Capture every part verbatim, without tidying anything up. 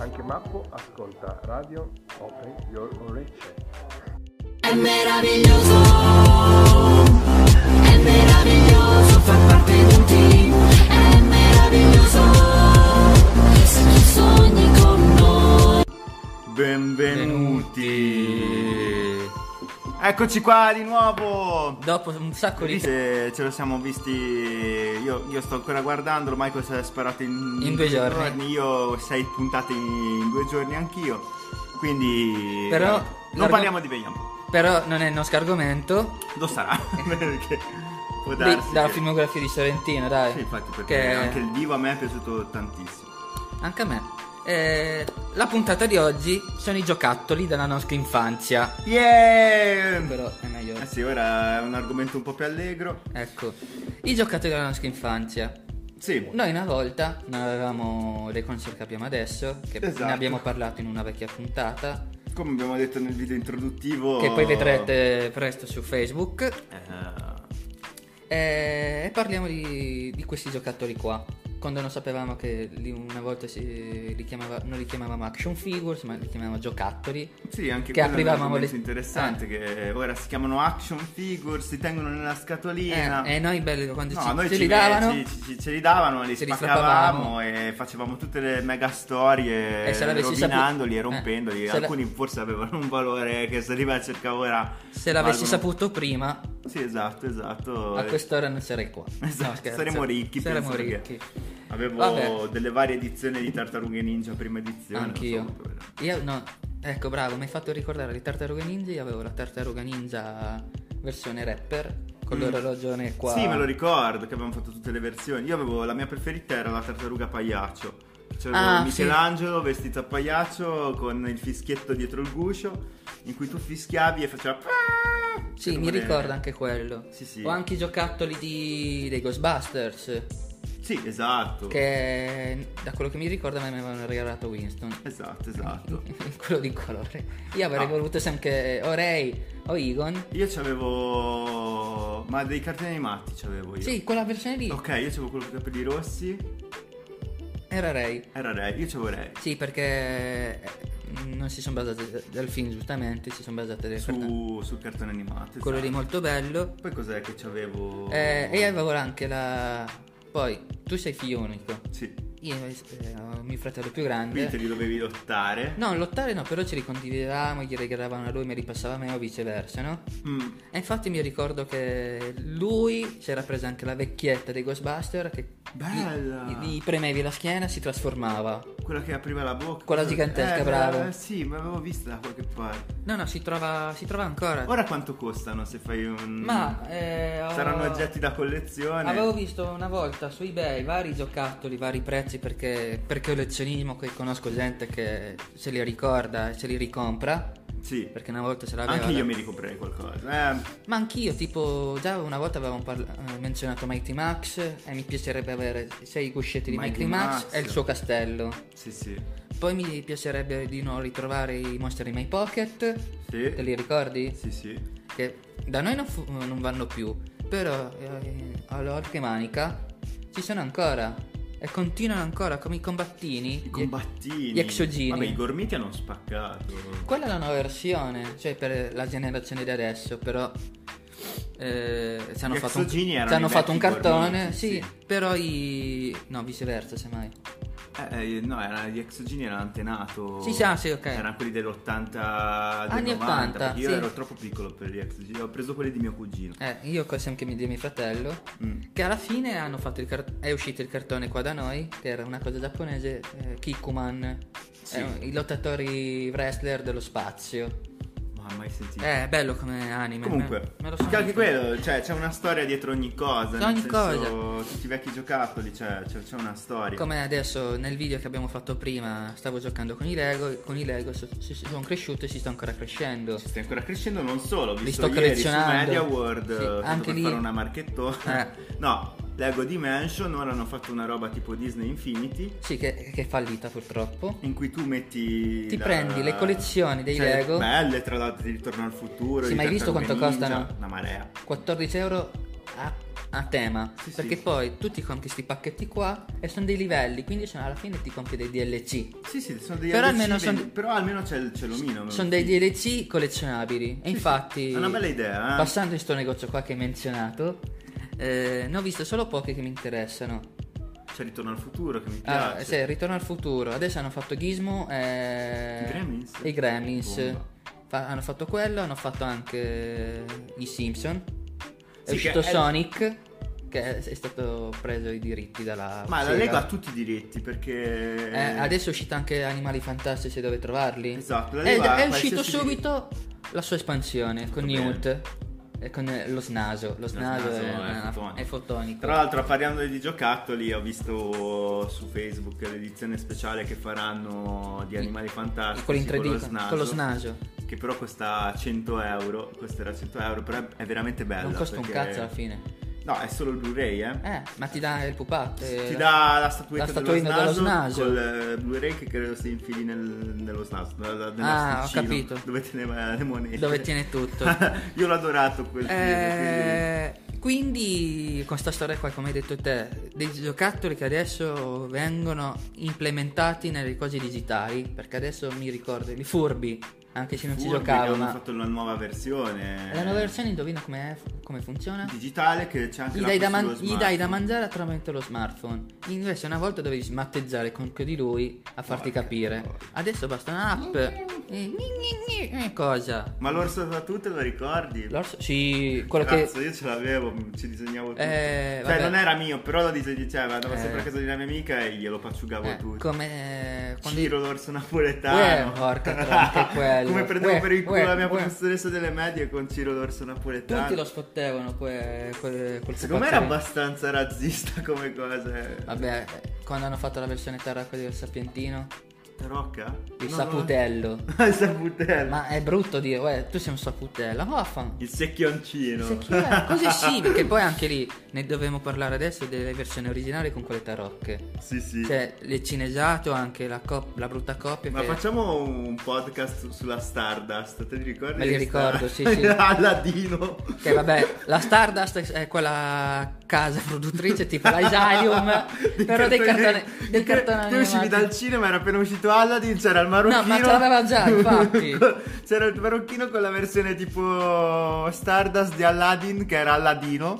Anche Mappo ascolta Radio Open Your Orecchie. È meraviglioso, è meraviglioso far parte di un team, è meraviglioso, se tu sogni con noi. Benvenuti. Eccoci qua di nuovo. Dopo un sacco di Ce lo siamo visti. Io, io sto ancora guardando. Michael si è sparato in, In due giorni. Io sei puntate in due giorni anch'io. Quindi Però eh, non l'argom- parliamo di Vediamo. Però non è il nostro argomento. Lo sarà. Perché può Di- darsi dalla che- filmografia di Sorrentino, dai. Sì, infatti, perché Che- anche il vivo a me è piaciuto tantissimo. Anche a me. Eh, la puntata di oggi sono i giocattoli della nostra infanzia. Yeah! Però è meglio. Eh sì, ora è un argomento un po' più allegro. Ecco, i giocattoli della nostra infanzia. Sì. Noi una volta non avevamo le console che abbiamo adesso, che Esatto. ne abbiamo parlato in una vecchia puntata, Come abbiamo detto nel video introduttivo, che poi vedrete presto su Facebook. eh, E parliamo di, di questi giocattoli qua. Quando non sapevamo che li- una volta si li chiamava, non li chiamavamo action figures, ma li chiamavamo giocattoli. Sì, anche Che quello aprivamo è un argomento le- interessante, che ora si chiamano action figure, si tengono nella scatolina. Eh, e noi belli quando No, ci, noi ce ci, li davano. ci, ci- ce li davano, li Ce li spaccavamo e facevamo tutte le mega storie, E se l'avessi rovinandoli sapu- e rompendoli. eh, se la- Alcuni forse avevano un valore che se li vai a cercare ora Se l'avessi valgono- saputo prima, Sì, esatto, esatto. a quest'ora non sarei qua. Esatto, No, scherzo. saremmo ricchi, Saremmo penso, perché ricchi. Avevo Vabbè. delle varie edizioni di Tartarughe Ninja, prima edizione. Anch'io. non so dove era. Io no, ecco, bravo, mi hai fatto ricordare di Tartaruga Ninja. Io avevo la Tartaruga Ninja versione rapper con Mm. l'orologio qua. Sì, me lo ricordo che avevamo fatto tutte le versioni. Io avevo la mia preferita era la tartaruga pagliaccio. C'era Ah, Michelangelo vestito a pagliaccio con il fischietto dietro il guscio in cui tu fischiavi e faceva. Sì, Come- mi ricordo anche quello. Sì, sì. Ho anche i giocattoli di... dei Ghostbusters. Sì, esatto. Che da quello che mi ricordo mi avevano regalato Winston. Esatto, esatto. Quello di colore. Io avrei Ah. voluto sempre o Ray o Egon. Io c'avevo. Ma dei cartoni animati c'avevo io. Sì, quella versione lì Ok, io c'avevo quello con i capelli rossi. era Ray. Era Ray, io c'avevo Ray. Sì, perché eh, non si sono basate dal film, giustamente, si sono basate delle cartoni. Su, sul cartone animato. Quello lì esatto. molto bello. Poi cos'è che c'avevo? Eh, e io avevo anche la... Poi, tu sei figlio unico. Sì. Io eh, ho mio fratello più grande. Quindi te li dovevi lottare. No, lottare no, però ce li condividevamo, gli regalavano a lui, me li passava a me o viceversa, no? Mm. E infatti mi ricordo che lui si era presa anche la vecchietta dei Ghostbuster che Bella. gli, gli premevi la schiena e si trasformava. Quella che apriva la bocca. Quella gigantesca, eh, bravo. eh, sì, ma l'avevo vista da qualche parte. No, no, si trova, si trova ancora. Ora quanto costano se fai un. Ma eh, ho- Saranno oggetti da collezione. Avevo visto una volta su eBay vari giocattoli, vari prezzi perché per collezionismo, che conosco gente che se li ricorda e se li ricompra. Sì. Perché una volta se l'aveva. Anche io mi ricomprerei qualcosa. Eh. Ma anch'io, tipo, già una volta avevamo parla- eh, menzionato Mighty Max e mi piacerebbe avere sei guscetti di Mighty Mighty Max, Max. e il suo castello. Sì, sì. Poi mi piacerebbe di nuovo ritrovare i Monster in My Pocket. Sì. Te li ricordi? Sì, sì. Che da noi non, fu- non vanno più, però eh, all'Orca e Manica ci sono ancora e continuano ancora come i combattini. I combattini. Gli exogini. Vabbè, i gormiti hanno spaccato. Quella è la nuova versione, cioè per la generazione di adesso, però eh, ci hanno Gli fatto un, exogini erano ci hanno i fatto un vecchi cartone, gormiti, sì, sì. però i... no, viceversa, semmai. Eh, no, era, gli exogini erano antenato. Sì, sì, ah, sì, ok. Erano quelli dell'ottanta, del Anni novanta, ottanta, perché io sì. ero troppo piccolo per gli exogini. Ho preso quelli di mio cugino. Eh, io cosa anche di mio fratello, Mm. che alla fine hanno fatto il car- è uscito il cartone qua da noi, che era una cosa giapponese, eh, Kikuman, Sì. eh, i lottatori wrestler dello spazio. Ma mai sentito. Eh, è bello come anime. Comunque, me, me lo sono perché anche visto. quello, cioè c'è una storia dietro ogni cosa. nel Ogni senso, tutti i vecchi giocattoli, cioè, c'è, c'è una storia. Come adesso nel video che abbiamo fatto prima, stavo giocando con i Lego, con i Lego so- si si sono cresciuti e si sta ancora crescendo. Si sta ancora crescendo, non solo, ho Li visto sto ieri su collezionando. Media World, Sì, eh, anche per lì- fare una marchettona. Eh. No, Lego Dimension, ora hanno fatto una roba tipo Disney Infinity, Sì, che, che è fallita purtroppo. in cui tu metti Ti la- prendi le collezioni dei cioè, Lego. belle, tra l'altro di Ritorno al futuro. Sì, di ma hai visto Tartarughe quanto Ninja, costano? Una marea. quattordici euro a, a tema, Sì, perché sì. poi tu ti compri questi pacchetti qua e sono dei livelli, quindi sono- alla fine ti compri dei D L C. Sì, sì, sono dei Però D L C, almeno ben- son- però almeno c'è il c'è l'omino. Sono dei D L C collezionabili. E Sì, infatti, sì, è una bella idea, eh. passando in sto negozio qua che hai menzionato, eh, ne ho visto solo pochi che mi interessano. C'è Ritorno al futuro che mi Ah, piace. sì, Ritorno al futuro. Adesso hanno fatto Gizmo e I Gremlins? e i Gremlins. Bomba. Fa- hanno fatto quello, hanno fatto anche i Simpson. È Sì, uscito che è- Sonic, che è, è stato preso i diritti dalla Ma la Sega. Lego ha tutti i diritti perché... Eh, adesso è uscito anche Animali Fantastici dove trovarli. Esatto, la Ed Lego ha è uscito qualsiasi- subito la sua espansione con bene. Newt e con eh, lo snaso. Lo snaso, snaso è, è è- fotonico. è fotonico. Tra l'altro, parlando di giocattoli, ho visto su Facebook l'edizione speciale che faranno di Animali Fantastici Quello in tre D con lo con, snaso, con lo snaso. che però costa cento euro. Costerà cento euro, però è- è veramente bella. Non costa un perché- cazzo alla fine. No, è solo il Blu-ray, eh. Eh, ma ti dà il pupazzo. eh, Ti dà la statuetta, la statuina dello dello snaso, snaso. col eh, Blu-ray che credo si infili nel, nello snaso, nella- Ah, ho nell'asticcino, capito. dove tiene le monete. Dove tiene tutto. Io l'ho adorato quel film, Eh, quindi con sta storia qua, come hai detto te, dei giocattoli che adesso vengono implementati nelle cose digitali, perché adesso mi ricordo i Furby, anche se non ci Furby giocavo, che hanno ma fatto una nuova versione. la nuova versione indovina com'è, come funziona? digitale che c'è anche Gli la dai, da man- sullo gli dai da smartphone. mangiare attraverso lo smartphone. Invece una volta dovevi smattezzare contro di lui a farti Porca capire. troia. Adesso basta un'app. E gni gni gni, e cosa? Ma l'orso da tu te lo ricordi? L'orso? Sì, quello Cazzo, che... io ce l'avevo, ci disegnavo tutto. Eh, cioè vabbè. non era mio, però lo disegnavo, andavo Eh. sempre a casa di una mia amica e glielo pacciugavo eh, tutto. come... quando- Ciro l'orso napoletano. Uè, porca troia, anche quello. Come prendevo Uè, per il culo uè, la mia uè. professoressa delle medie con Ciro l'orso napoletano. Tutti lo sfottevano que, que, quel Secondo me era pupazzo lì. abbastanza razzista come cosa. eh. Vabbè, quando hanno fatto la versione terracqua del Sapientino, Tarocca? il No, saputello. no. Il saputello. Ma è brutto dire, uè, tu sei un saputello. Ma vaffan. Il secchioncino. Se chi è? Così sì, perché poi anche lì ne dovremmo parlare adesso delle versioni originali con quelle tarocche. Sì, sì. Cioè, il cinesato, anche la, cop- la brutta coppia. Ma che... facciamo un podcast sulla Stardust, te li ricordi? Me li di ricordo, Star- sì, sì. Alladino. Che vabbè, la Stardust è quella casa produttrice tipo la Isalium, Dei però dei cartoni- cartoni, del che- cartone Tu uscivi animato. dal cinema, era appena uscito Aladdin, c'era il marocchino. No, ma ce l'aveva già, infatti. C'era il marocchino con la versione tipo Stardust di Aladdin, che era Alladino,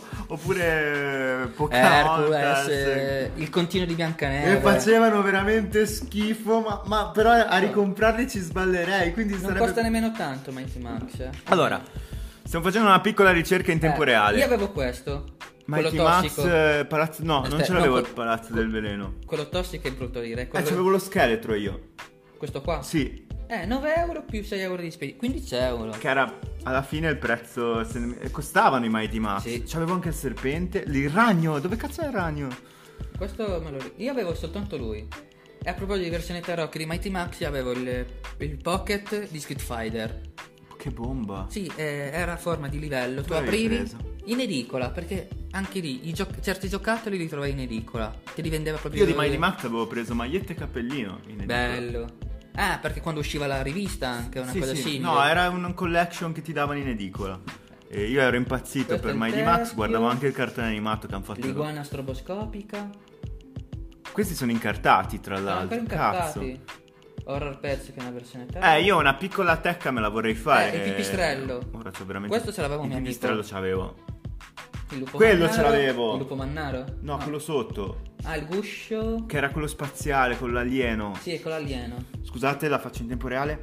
oppure Pocahontas. Hercules, il continuo di Biancaneve. E facevano veramente schifo, ma, ma però a ricomprarli ci sballerei, quindi Non sarebbe... costa nemmeno tanto Mighty Max. eh. Allora, stiamo facendo una piccola ricerca in tempo Eh, reale. Io avevo questo. Mighty quello Max, tossico. eh, palazzo... No, non Aspetta, ce l'avevo no, il palazzo del veleno. Quello tossico è brutto dire. Eh, Quello... c'avevo lo scheletro io. Questo qua? Sì, Eh, nove euro più sei euro di spesa. quindici euro. che era alla fine il prezzo... se ne- eh, Costavano i Mighty Max. Sì. C'avevo anche il serpente. Il ragno, dove cazzo è il ragno? Questo me lo ricordo. Io avevo soltanto lui. E a proposito di versione tarocchi di Mighty Max, io avevo il, il Pocket di Street Fighter. Che bomba. Sì, eh, era a forma di livello. Tu Dove l'avevi aprivi preso? in edicola, perché anche lì i gio- certi giocattoli li trovavi in edicola. Te li vendeva proprio. Io di Mighty Max avevo preso maglietta e cappellino. in edicola. Bello. Ah, perché quando usciva la rivista anche una Sì, cosa sì. simile. No, era un collection che ti davano in edicola. E io ero impazzito Questo per è il Mighty Max, teschio. guardavo anche il cartone animato che hanno fatto. L'iguana stroboscopica. Questi sono incartati, tra Sono ancora l'altro. Cazzo. incartati. Horror Pets che è una versione terra. Eh, io una piccola tecca me la vorrei fare. Eh, il pipistrello. Ora c'ho veramente. Questo ce l'avevo un Il mio amico. pipistrello c'avevo. Il lupo quello mannaro. ce l'avevo. Il lupo mannaro? No, quello sotto. Ah, il guscio. Che era quello spaziale con l'alieno. Sì, è quello alieno. Scusate, la faccio in tempo reale.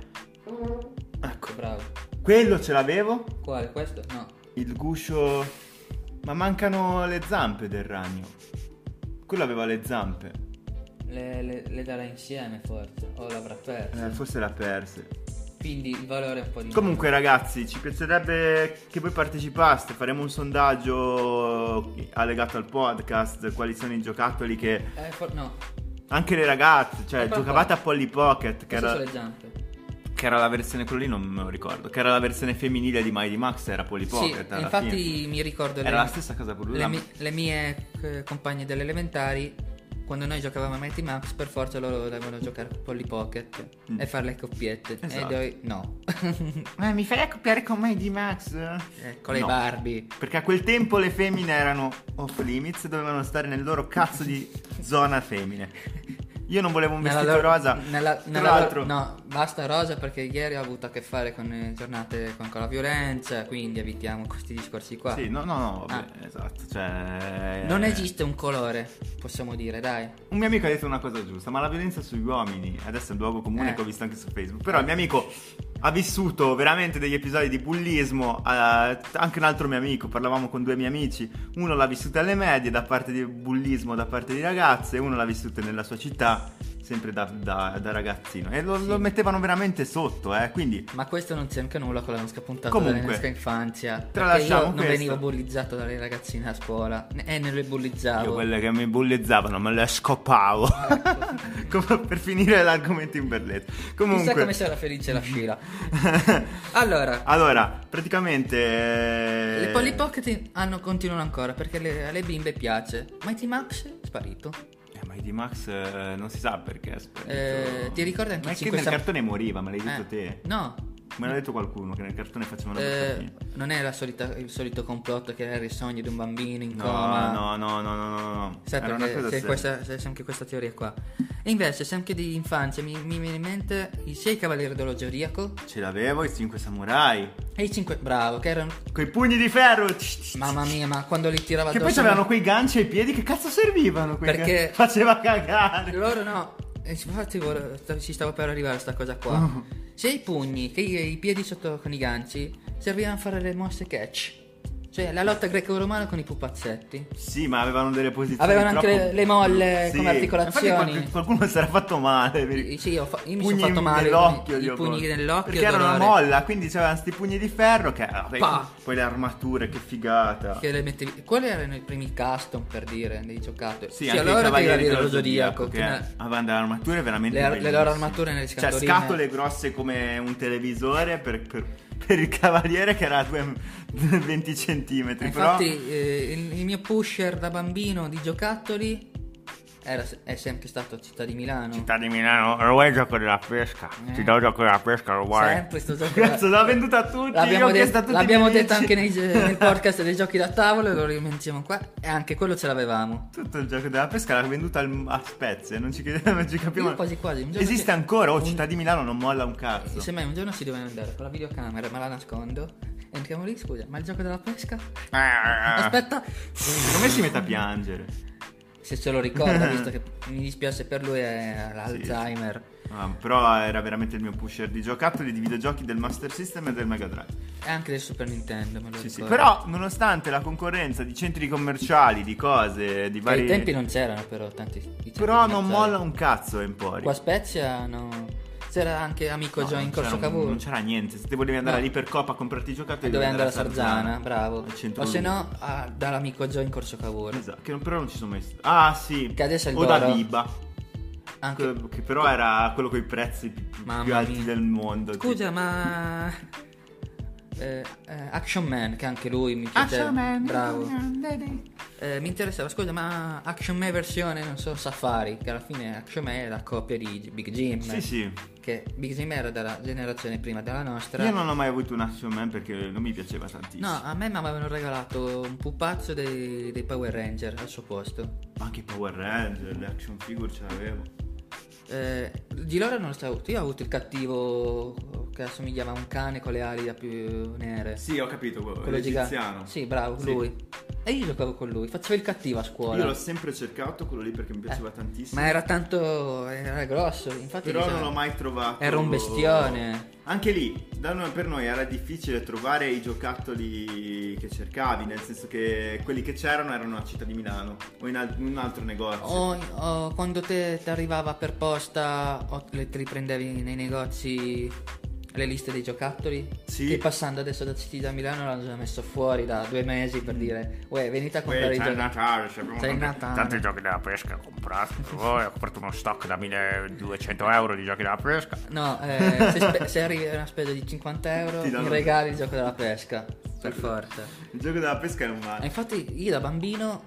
Ecco. Bravo. Quello ce l'avevo. Quale? Questo? No. Il guscio. Ma mancano le zampe del ragno. Quello aveva le zampe. Le, le, le darà insieme forse. O l'avrà perso. Eh, forse l'ha perse. Quindi il valore è un po' di. Comunque ragazzi, ci piacerebbe che voi partecipaste, faremo un sondaggio allegato al podcast, quali sono i giocattoli che Eh, for- no. anche le ragazze, cioè Eccola giocavate a Polly Pocket, che Queste era, sono le zampe. che era la versione, quello lì non me lo ricordo, che era la versione femminile di Mighty Max, era Polly Sì, Pocket alla infatti fine. mi ricordo Era le, la stessa cosa pure le, la- mi- le mie eh, compagne delle elementari quando noi giocavamo a Mighty Max, per forza loro dovevano giocare a Polly Pocket Mm. e fare le coppiette. Esatto. E noi no. Eh, mi fai accoppiare con Mighty Max? Eh, con le No. Barbie. Perché a quel tempo le femmine erano off limits, dovevano stare nel loro cazzo di zona femmine. Io non volevo un Nella vestito loro- rosa. nella- Tra nella loro- l'altro, no, basta rosa perché ieri ho avuto a che fare con eh, giornate con, con la violenza, quindi evitiamo questi discorsi qua. sì, no, no, no, vabbè, Ah. esatto. Cioè, Non eh, esiste un colore, possiamo dire, dai. Un mio amico ha detto una cosa giusta, ma la violenza sugli uomini, adesso è un luogo comune Eh. che ho visto anche su Facebook. Però il mio amico ha vissuto veramente degli episodi di bullismo. eh, anche un altro mio amico, parlavamo con due miei amici. Uno l'ha vissuto alle medie da parte di bullismo da parte di ragazze, e uno l'ha vissuto nella sua città, sempre da, da- da ragazzino. E lo, Sì. lo mettevano veramente sotto, eh. Quindi Ma questo non c'entra nulla con la nostra puntata Comunque, della nostra infanzia. Perché tralasciamo io non questo. venivo bullizzato dalle ragazzine a scuola ne- e ne le bullizzavo. io quelle che mi bullizzavano me le scopavo. Come per finire l'argomento in berletta. Comunque, Chissà come sarà felice la Sheila. Allora, allora, praticamente eh, le Polly Pocket hanno, continuano ancora perché le- alle bimbe piace. Mighty Max è sparito. Eh, ma di Max eh, non si sa perché è sparito. Eh, ti ricordi anche Ma è i che cinque nel sam- cartone moriva, me l'hai detto Eh, te. No. Me l'ha detto qualcuno che nel cartone facevano Eh, questa fine. non è la solita- il solito complotto che era il sogno di un bambino in No, coma. no, no, no, no, no, no. Sai Era una perché cosa c'è, seria. questa, c'è anche questa teoria qua. E invece, se anche di infanzia, mi, mi viene in mente i sei cavalieri dello Zodiaco Ce l'avevo, i cinque samurai. e i cinque. Bravo, che erano. Coi pugni di ferro. Mamma mia, ma quando li tirava Che poi addosso. avevano quei ganci ai piedi, che cazzo servivano? Quei Perché- ganci? Faceva cagare. Loro no. E infatti vole- si stava per arrivare a sta cosa qua. Oh. Se i pugni, che i, i piedi sotto con i ganci, servivano a fare le mosse catch. Cioè la lotta greco-romana con i pupazzetti. Sì, ma avevano delle posizioni Avevano anche troppo- le- le molle Sì. come articolazioni. Infatti qualc- qualcuno si era fatto male. mi ricordo. Sì, io, fa- io mi Pugni sono fatto male nell'occhio, con i, i io pugni proprio. nell'occhio. Perché era una dolore. molla, quindi c'erano sti pugni di ferro che vabbè, Pa! poi le armature, che figata. Che le mettevi. Quali erano i primi custom per dire dei giocattoli? Sì, Sia anche i loro che i cavalieri dello dello Zodiaco. Zodiaco, che che ne- avevano delle armature veramente le, le bellissime. loro armature nelle Cioè scatoline. scatole grosse come un televisore per, per- per il cavaliere che era a due- venti centimetri. Infatti, Però eh, il, il mio pusher da bambino di giocattoli era, è sempre stato Città di Milano. Città di Milano, lo vuoi il gioco della pesca? Eh. Ti do il gioco della pesca, lo vuoi? Sempre sto gioco. Cazzo, l'ha venduta a tutti. L'abbiamo, io ho det- chiesto a tutti l'abbiamo i miei detto amici. anche nei, nel podcast dei giochi da tavolo e lo rimenziamo qua. E anche quello ce l'avevamo. Tutto il gioco della pesca l'ha venduta al- a Spezia, non ci, chiedevamo, non ci capiamo. Io quasi quasi. un giorno Esiste che- ancora, oh, un- Città di Milano non molla un cazzo. Se mai un giorno si deve andare con la videocamera, ma la nascondo. Entriamo lì, scusa, ma il gioco della pesca? Ah. Aspetta. Come si mette a piangere? Se se lo ricorda, visto che mi dispiace per lui è l'Alzheimer. Ah, però era veramente il mio pusher di giocattoli, di videogiochi del Master System e del Mega Drive. E anche del Super Nintendo, me lo Sì, sì. ricordo. Però, nonostante la concorrenza di centri commerciali, di cose, di Che vari... ai tempi non c'erano però tanti i centri Però non commerciali. molla un cazzo Emporio. Qua a Spezia no. C'era anche Amico No, Gio in non Corso c'era un- Cavour. Non c'era niente. Se te volevi andare No. lì per Coppa a comprarti i giocattoli, E dove dovevi andare a Sarzana, bravo. al centro O se Lugo. no a- dall'Amico Gio in Corso Cavour. Esatto, che non- però non ci sono mai stato. Ah, sì. Che adesso è il o da Doro. Biba. Anche... Che, che però era quello con i prezzi più, più Mamma alti mia. del mondo. Scusa, ma eh, eh, Action Man, che anche lui mi piaceva. Action Man, Bravo. Man. Eh, mi interessava, scusa, ma Action Man versione, non so, Safari, che alla fine Action Man è la coppia di Big Jim. Sì, sì. Che Big Jim era della generazione prima della nostra. Io non ho mai avuto un Action Man perché non mi piaceva tantissimo. No, a me mi avevano regalato un pupazzo dei, dei Power Ranger al suo posto. Anche i Power Ranger, le action figure ce l'avevo. Eh, di loro non lo so, io ho avuto il cattivo che assomigliava a un cane con le ali da più nere. Sì, ho capito, quello, Quello gigante. l'egiziano. Sì, bravo, Sì. lui. E io giocavo con lui, facevo il cattivo a scuola. Io l'ho sempre cercato quello lì perché mi piaceva Eh, tantissimo. Ma era tanto. Era grosso. Infatti Però diceva- non l'ho mai trovato. Era un bestione. Anche lì, da noi- per noi era difficile trovare i giocattoli che cercavi, nel senso che quelli che c'erano erano a Città di Milano o in, al- in un altro negozio. O, o quando te ti arrivava per posta o le- te li prendevi nei negozi le liste dei giocattoli. Sì. Che passando adesso da Città da Milano l'hanno già messo fuori da due mesi per dire uè venite a Uè, comprare i c'è il giocattoli. Natale, ci abbiamo C'è il tanti- Natale. tanti giochi della pesca comprato. Poi ho comprato uno stock da milleduecento euro di giochi della pesca. No, eh, se, spe- se arrivi a una spesa di cinquanta euro Ti danno- mi regali il gioco della pesca. Per forza. Il gioco della pesca è un E male. infatti io da bambino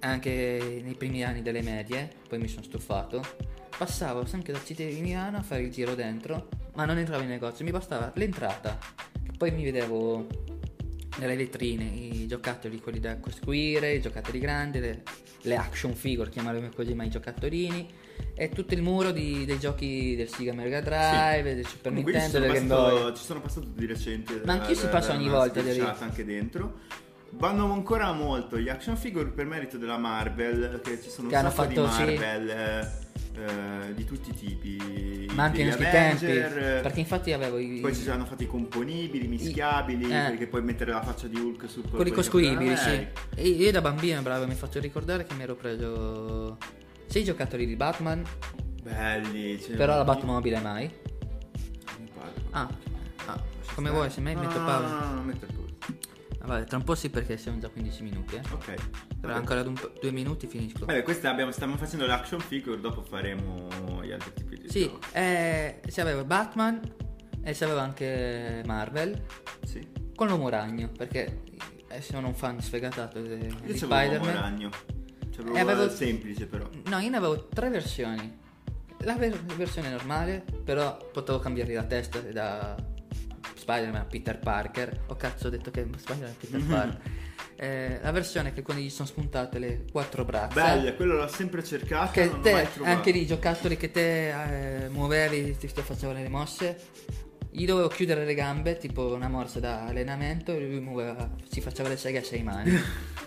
anche nei primi anni delle medie, poi mi sono stufato. Passavo sempre da Città di Milano a fare il giro dentro, ma non entravo in negozio, mi bastava l'entrata. Poi mi vedevo nelle vetrine i giocattoli, quelli da costruire, i giocattoli grandi, le, le action figure, chiamarli così, ma i giocattolini, e tutto il muro di, dei giochi del Sega Mega Drive, del Super Comunque Nintendo, del ci Game sono Boy. passato- Ci sono passato di recente. Ma anch'io si passa ogni volta di lì. anche dentro. Vanno ancora molto gli action figure per merito della Marvel, che ci sono Che un hanno sacco fatto, di sì. Marvel eh, eh, di tutti i tipi. Ma anche degli nei nostri tempi, Avenger, perché infatti avevo i, poi ci hanno fatto i componibili, mischiabili, eh. quelli che puoi mettere la faccia di Hulk sul quelli corpo di costruibili, Capitan sì. America. E io da bambino, bravo, mi hai fatto ricordare che mi ero preso sei giocattoli di Batman, Belli. cioè, però la io- Batmobile mai. Mi pare. Ah, ah, Lascia come stare. vuoi, se mai No, metto no, pausa. No, no, no, metto pausa. Ah, vabbè, tra un po' sì, perché siamo già quindici minuti, eh. Ok. Tra Vabbè. ancora due, due minuti finisco. Vabbè, questa abbiamo, stiamo facendo l'action figure, dopo faremo gli altri tipi di Sì, giochi. eh, se avevo Batman e se avevo anche Marvel Sì. con l'uomo ragno, perché eh, sono un fan sfegatato di, Io di c'avevo un Spider-Man. ragno. C'avevo E avevo- il semplice però. No, io ne avevo tre versioni. La ver- versione normale, però potevo cambiargli la testa da Spider-Man a Peter Parker. Oh cazzo, ho detto che Spider-Man è Peter Parker. Eh, la versione che quando gli sono spuntate le quattro braccia. Bella, quello l'ho sempre cercato, Che non l'ho te, mai trovato. anche lì i giocattoli che te eh, muovevi, ti, ti facevano le mosse. Gli dovevo chiudere le gambe, tipo una morsa da allenamento, e lui muoveva, si faceva le seghe a sei mani.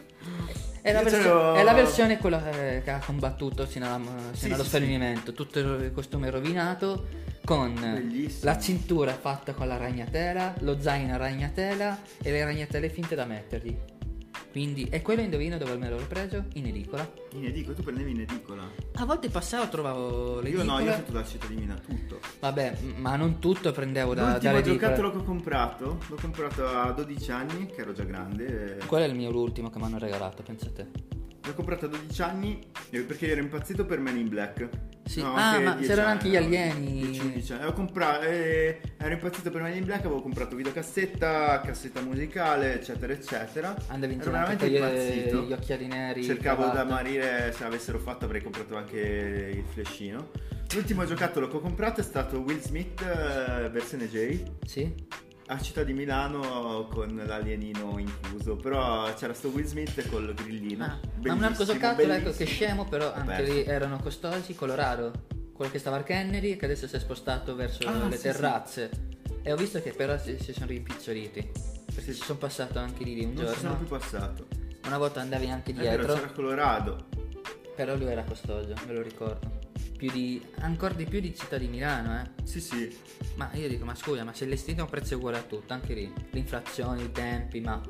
È la, Io versione, c'avevo- è la versione quella eh, che ha combattuto sino, alla- sino Sì, allo sì, spegnimento, tutto il costume rovinato, con Bellissimo. la cintura fatta con la ragnatela, lo zaino a ragnatela e le ragnatele finte da mettergli. Quindi, e quello indovino dove me l'ho preso? In edicola. In edicola, tu prendevi in edicola. A volte passavo, trovavo le Io no, io ho edicole. tutto dalla città di Mina, tutto. Vabbè, m- ma non tutto prendevo da, L'ultimo dalle edicole. giocattolo che ho comprato, l'ho comprato a dodici anni, che ero già grande. e- Quello è il mio ultimo che mi hanno regalato, pensa a te. L'ho comprato a dodici anni eh, perché ero impazzito per Men in Black. Sì. No, Ah, anche ma dieci c'erano anni, anche gli alieni. dieci, undici anni. Avevo comprato, eh, ero impazzito per Men in Black, avevo comprato videocassetta, cassetta musicale, eccetera, eccetera. Andavi Ero insieme anche veramente con gli, impazzito. gli occhiali neri. Cercavo da cravatta. marire, se l'avessero fatto avrei comprato anche il flashino. L'ultimo giocattolo che ho comprato è stato Will Smith eh, versione J Sì. a Città di Milano con l'alienino incluso, però c'era sto Will Smith col grillino. Ah, ma un Bellissimo, arco giocattolo, ecco, bellissimo. che scemo, però Ho anche perso. lì erano costosi. Colorado, quello che stava al Kennedy, che adesso si è spostato verso Ah, le sì, terrazze. E ho visto che però si, si sono rimpiccioliti. Perché ci sono passato anche lì un Non ci sono giorno. più passato. Una volta andavi anche È vero, dietro. c'era Colorado. Però lui era costoso, me lo ricordo. Più di. Ancora di più di Città di Milano, eh. Sì, sì. Ma io dico, ma scusa, ma se l'estito è un prezzo uguale a tutto, anche lì, l'inflazione, i tempi, ma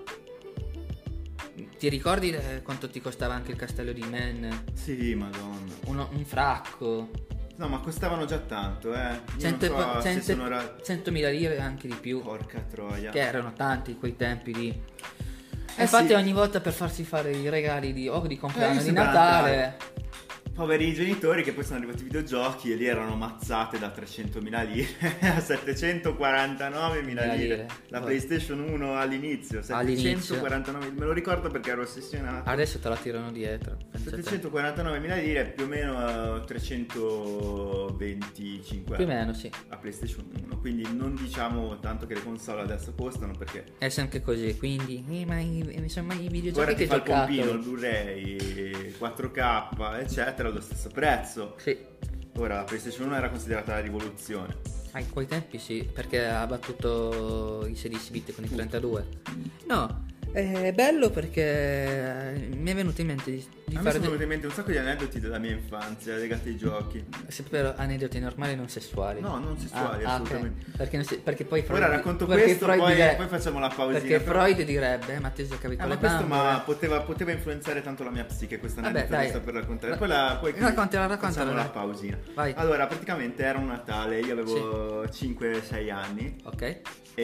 ti ricordi eh, quanto ti costava anche il castello di Men? Sì, madonna. Uno- un fracco, No, ma costavano già tanto, eh. Io Cento e non so po- se cento- sono ra- centomila lire anche di più, Porca troia. che erano tanti quei tempi lì. E Eh infatti sì. ogni volta per farsi fare i regali di, o di compleanno, Eh, io di sempre Natale, Poveri genitori che poi sono arrivati i videogiochi e lì erano mazzate da trecentomila lire a settecentoquarantanovemila lire. lire. La Vabbè. PlayStation uno all'inizio, All'inizio. settecentoquarantanove, me lo ricordo perché ero ossessionato. adesso te la tirano dietro. pensa te. settecentoquarantanovemila lire più o meno eh, trecentoventicinque Più o meno, sì. a PlayStation uno, quindi non diciamo tanto che le console adesso costano perché È sempre così, quindi, eh, ma i, insomma, i videogiochi guarda ti che fa il pompino, il giocato. Blu-ray, quattro K eccetera allo stesso prezzo. Sì. Ora la PlayStation uno era considerata la rivoluzione. A quei tempi sì, perché ha battuto i sedici bit con i trentadue. No, è bello perché eh, mi è venuto in mente di, di A me fare sono de- venuti in mente un sacco di aneddoti della mia infanzia legati ai giochi. se per aneddoti normali non sessuali. No, non sessuali, Ah, ah, ok. assolutamente. Perché, non si- perché poi Freud, Ora racconto perché questo, Freud poi, dire- poi facciamo la pausina. Perché però- Freud direbbe, eh, ma ti giocavi Ah, con ma le questo bambole. ma poteva, poteva influenzare tanto la mia psiche, questo Vabbè, aneddoto che dai. sto per raccontare. Ra- Poi, la, poi raccontala, raccontala, facciamo la dai. pausina. Vai. Allora, praticamente era un Natale, io avevo cinque sei anni Ok.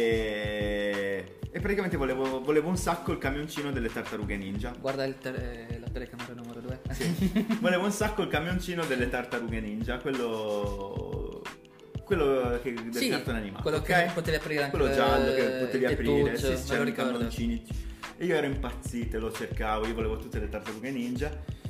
e, e praticamente volevo, volevo un sacco il camioncino delle tartarughe ninja. Guarda il tele- la telecamera numero due. Sì. Volevo un sacco il camioncino delle tartarughe ninja, quello quello che, del Sì, cartone animato, quello ok? che potevi aprire anche quello giallo che il potevi aprire, tettuccio, sì, me lo c'erano i ricordo. camioncini. E io ero impazzito, lo cercavo, io volevo tutte le tartarughe ninja.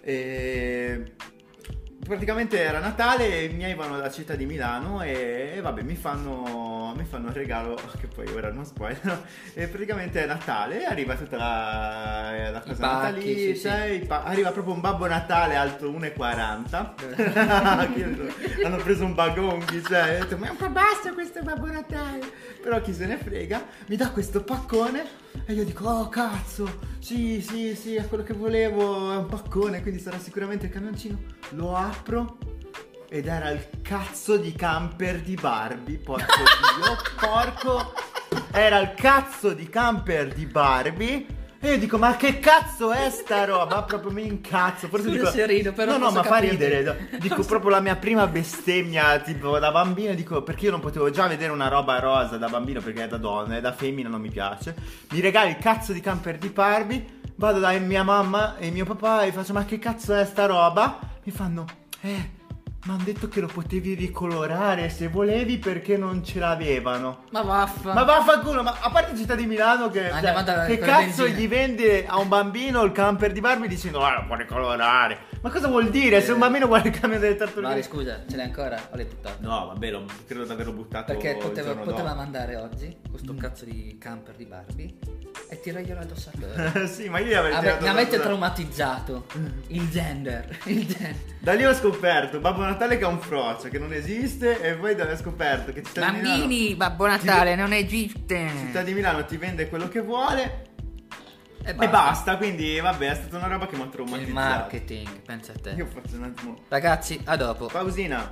E praticamente era Natale e i miei vanno dalla città di Milano e, e vabbè mi fanno, mi fanno un regalo che poi ora non spoilerò, e praticamente è Natale e arriva tutta la, la cosa pacchi, natalizia, sì, sì. i pa- arriva proprio un Babbo Natale alto uno e quaranta hanno preso un bagonghi, cioè ho detto, ma è un po' basso questo Babbo Natale, però chi se ne frega, mi dà questo paccone e io dico, oh cazzo, sì sì sì è quello che volevo, è un paccone, quindi sarà sicuramente il camioncino. Lo apro ed era il cazzo di camper di Barbie, porco dio, porco, era il cazzo di camper di Barbie. E io dico, ma che cazzo è sta roba? Proprio mi incazzo. Forse Scusa dico, se rido, però no, no, posso ma fa capirti. ridere. Dico proprio la mia prima bestemmia, tipo da bambino. Dico, perché io non potevo già vedere una roba rosa da bambino, perché è da donna, e da femmina non mi piace. Mi regali il cazzo di camper di Barbie. Vado da mia mamma e mio papà e faccio, ma che cazzo è sta roba? Mi fanno, eh, mi hanno detto che lo potevi ricolorare se volevi perché non ce l'avevano. Ma vaffa. Ma vaffanculo, ma a parte città di Milano che, Andiamo cioè, a dare che con le cazzo benzine. gli vende a un bambino il camper di Barbie dicendo ah, lo può ricolorare? Ma cosa vuol dire? Se un bambino vuole il camion delle tartarughe? Mari, scusa, ce l'hai ancora o l'hai buttato? No, vabbè, lo, credo di averlo buttato Perché il poteva, giorno poteva dopo. mandare oggi questo cazzo di camper di Barbie e tirarglielo addosso. Sì, ma io gli avrei Ave- tirato mi avete da- traumatizzato. Il gender. Il gender. Da lì ho scoperto Babbo Natale che è un frocio, che non esiste, e poi da lì ho scoperto che città di Milano, Bambini, Babbo Natale, non esiste. città di Milano ti vende quello che vuole E e basta, quindi vabbè, è stata una roba che mi ha traumatizzato. Il marketing, pensa a te. Io faccio un attimo Ragazzi, a dopo. pausina.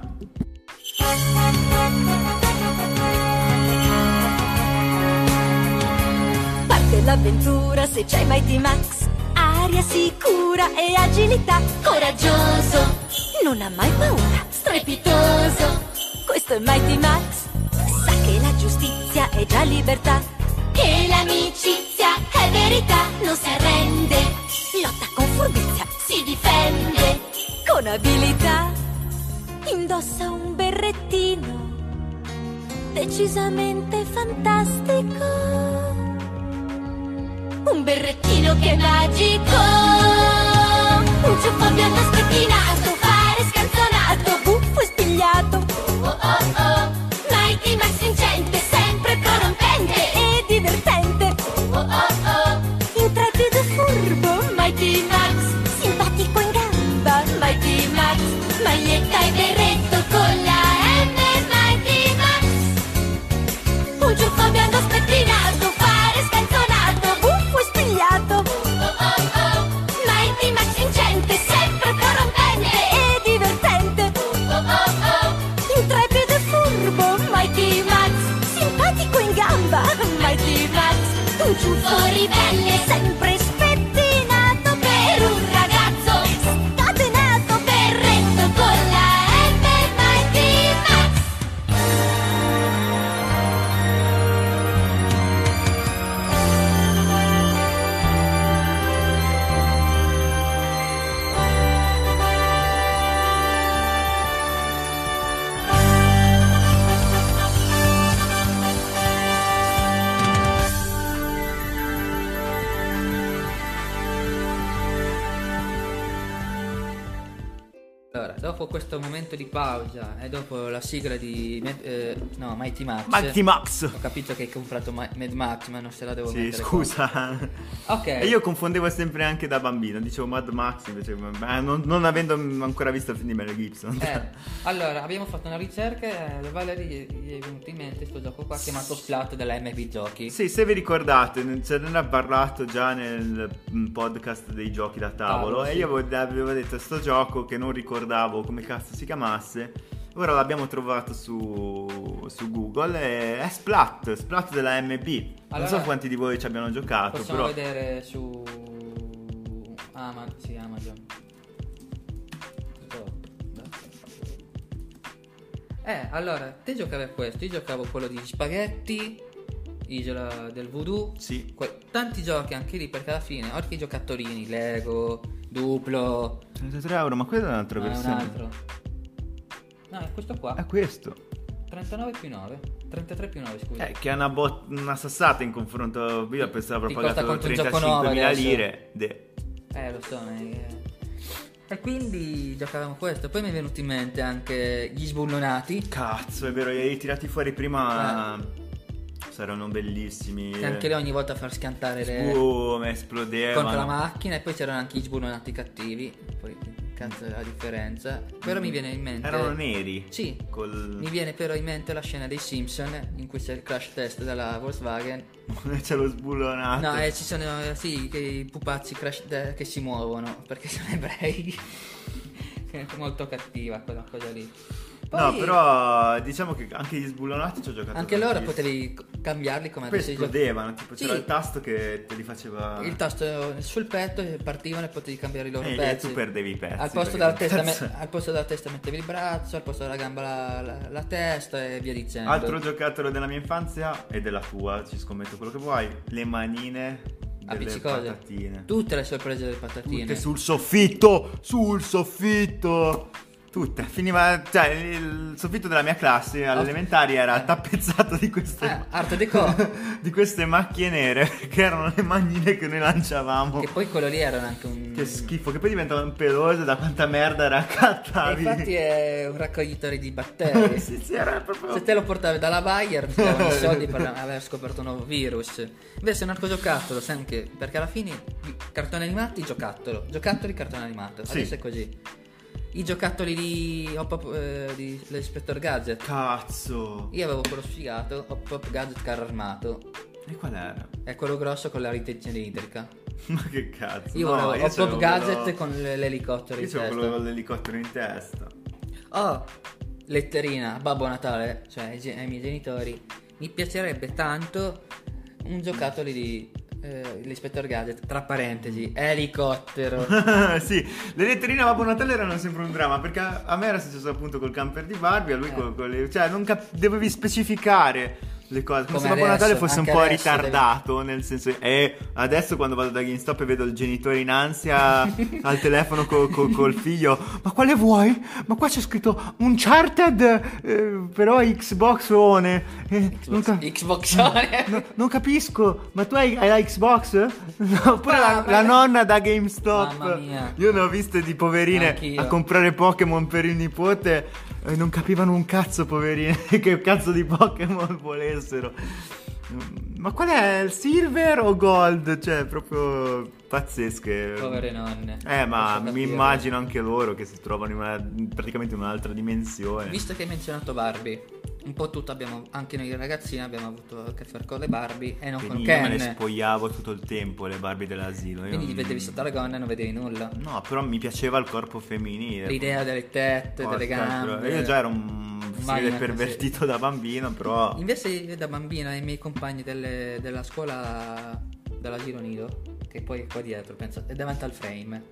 Parte l'avventura se c'hai Mighty Max. Aria sicura e agilità. Coraggioso, non ha mai paura. Strepitoso, questo è Mighty Max. Sa che la giustizia è già libertà. Che l'amicizia è verità. Non si arrende, lotta con furbizia, si difende. Con abilità, indossa un berrettino decisamente fantastico. Un berrettino che è magico. Un ciuffo biondo spettinato, fare scanzonato, buffo e spigliato. Oh oh oh, Mighty Max vincente, sempre prorompente e divertente. Oh oh oh, intrepido e furbo, Mighty Max, simpatico in gamba, Mighty Max, maglietta e berretto con la M, Mighty Max. Un ciuffo biondo spettinato, fare scanzonato, buffo e spigliato. Oh oh oh, Mighty Max vincente, sempre prorompente e divertente. Oh oh oh, intrepido e furbo, Mighty Max, simpatico in gamba, Mighty Max. Un ciuffo ribelle, sempre spettinato per un ragazzo scatenato, berretto con la M, Mighty Max. Allora, dopo questo momento di pausa e dopo la sigla di Mad- eh, no, Mighty Max. Mighty Max. Ho capito che hai comprato Ma- Mad Max, ma non se la devo Sì, mettere scusa. qua. Ok. E io confondevo sempre anche da bambino, dicevo Mad Max invece, ma non, non avendo ancora visto il film di Mel Gibson. Eh, allora, abbiamo fatto una ricerca e a Valerie gli gli è venuto in mente questo gioco qua chiamato Splat della M B Giochi. Sì, se vi ricordate, ce ne ha parlato già nel mm, podcast dei giochi da tavolo. Tavolo, e sì. io avevo, avevo detto sto gioco che non ricordavo come cazzo si chiamasse. Ora l'abbiamo trovato su, su Google. E è Splat, Splat della M B. Non Allora, so quanti di voi ci abbiano giocato, Possiamo però. vedere su Ama- sì, Amazon. Eh, allora, te giocavi a questo, io giocavo quello di spaghetti, Isola del Voodoo. Sì. Que- tanti giochi anche lì, perché alla fine, oltre ai giocattolini, Lego, Duplo, trentatré euro, ma quella è un'altra ah, è un versione. altro. No, è questo qua. È questo. trentanove più nove. trentatré più nove, scusa. Eh, che è una, bot- una sassata in confronto. Io pensavo Ti avrò costa pagato contro un gioco nuovo trentacinquemila adesso. lire. De- Eh, lo so, ma è- E quindi giocavamo questo. Poi mi è venuto in mente anche gli sbullonati, Cazzo, è vero, li hai tirati fuori prima. Saranno bellissimi. che anche lì ogni volta a far schiantare le... Spume, esplodevano. contro la macchina. E poi c'erano anche gli sbullonati cattivi. Poi cazzo è la differenza. Però mi viene in mente... Erano neri. Sì, Col... mi viene però in mente la scena dei Simpson in cui c'è il crash test della Volkswagen. C'è lo sbullonato. No, e ci sono eh, sì, che i pupazzi crash de- che si muovono perché sono ebrei. Che è molto cattiva quella cosa lì. Poi, No, però diciamo che anche gli sbullonati ci ho giocato. anche loro tantissimo. potevi c- cambiarli come Poi adesso i giochi- esplodevano, tipo c'era Sì. il tasto che te li faceva. il tasto sul petto e partivano e potevi cambiare i loro E pezzi. tu perdevi i pezzi. Al posto, perché della testa, cazzo- me- al posto della testa mettevi il braccio, al posto della gamba la, la- la testa e via dicendo. Altro giocattolo della mia infanzia e della tua, ci scommetto quello che vuoi. Le manine delle Appiccicose. patatine. Tutte le sorprese delle patatine. Tutte sul soffitto, sul soffitto. Tutte, finiva, cioè il soffitto della mia classe alle elementari era tappezzato di queste Eh, arte déco. di queste macchie nere che erano le manine che noi lanciavamo. Che poi quello lì erano anche un... Che schifo, che poi diventavano pelose da quanta merda E raccattavi. infatti è un raccoglitore di batteri. sì, sì, era proprio. Se te lo portavi dalla Bayer ti davano i soldi per aver scoperto un nuovo virus. Invece è un arcogiocattolo, sai anche, perché alla fine i cartoni animati, giocattolo, giocattoli, cartone animato. Sì. Adesso è così. I giocattoli di Hop Hop, eh, di l'Inspector Gadget. Cazzo. Io avevo quello sfigato, Hop Hop Gadget carro armato. E qual era? È quello grosso con la ritenzione idrica. Ma che cazzo. Io No, volevo Hop c'avevo Hop Gadget quello- con l- l'elicottero Io in c'avevo testa. quello con l'elicottero in testa. Oh, letterina, Babbo Natale, cioè ai, ge- ai miei genitori. Mi piacerebbe tanto un giocattolo di eh, l'Inspector Gadget, tra parentesi, elicottero. Sì, le letterine a Babbo Natale erano sempre un dramma perché a a me era successo appunto col camper di Barbie, a lui Eh. con, con le, cioè non cap- dovevi specificare le cose, come, Come se Babbo adesso, Natale fosse un anche po' adesso ritardato, nel senso e adesso quando vado da GameStop e vedo il genitore in ansia al telefono co- co- col figlio, ma quale vuoi? Ma qua c'è scritto Uncharted eh, però Xbox One. Eh, non ca- Xbox No, One. non capisco, ma tu hai, hai la Xbox? No, oppure la, Ma- la nonna da GameStop. Mamma mia. Io ne ho viste di poverine Anch'io. a comprare Pokémon per il nipote e non capivano un cazzo, poverine, che cazzo di Pokémon volessero. Ma qual è il Silver o Gold? Cioè, proprio pazzesche. Povere nonne. Eh, ma Posso mi capire. immagino anche loro che si trovano in una, praticamente in un'altra dimensione. Visto che hai menzionato Barbie, un po' tutto abbiamo, anche noi ragazzini abbiamo avuto a che fare con le Barbie e non Quindi con io me le Ken. spogliavo tutto il tempo, le Barbie dell'asilo. Io Quindi non- vedevi sotto la gonna e non vedevi nulla. No, però mi piaceva il corpo femminile. L'idea delle tette, Porca delle troia. gambe. Io già ero un stile Immagina pervertito da bambino, però. Invece io da bambina i miei compagni delle- della scuola dell'asilo nido, che poi è qua dietro, penso, è davanti al frame.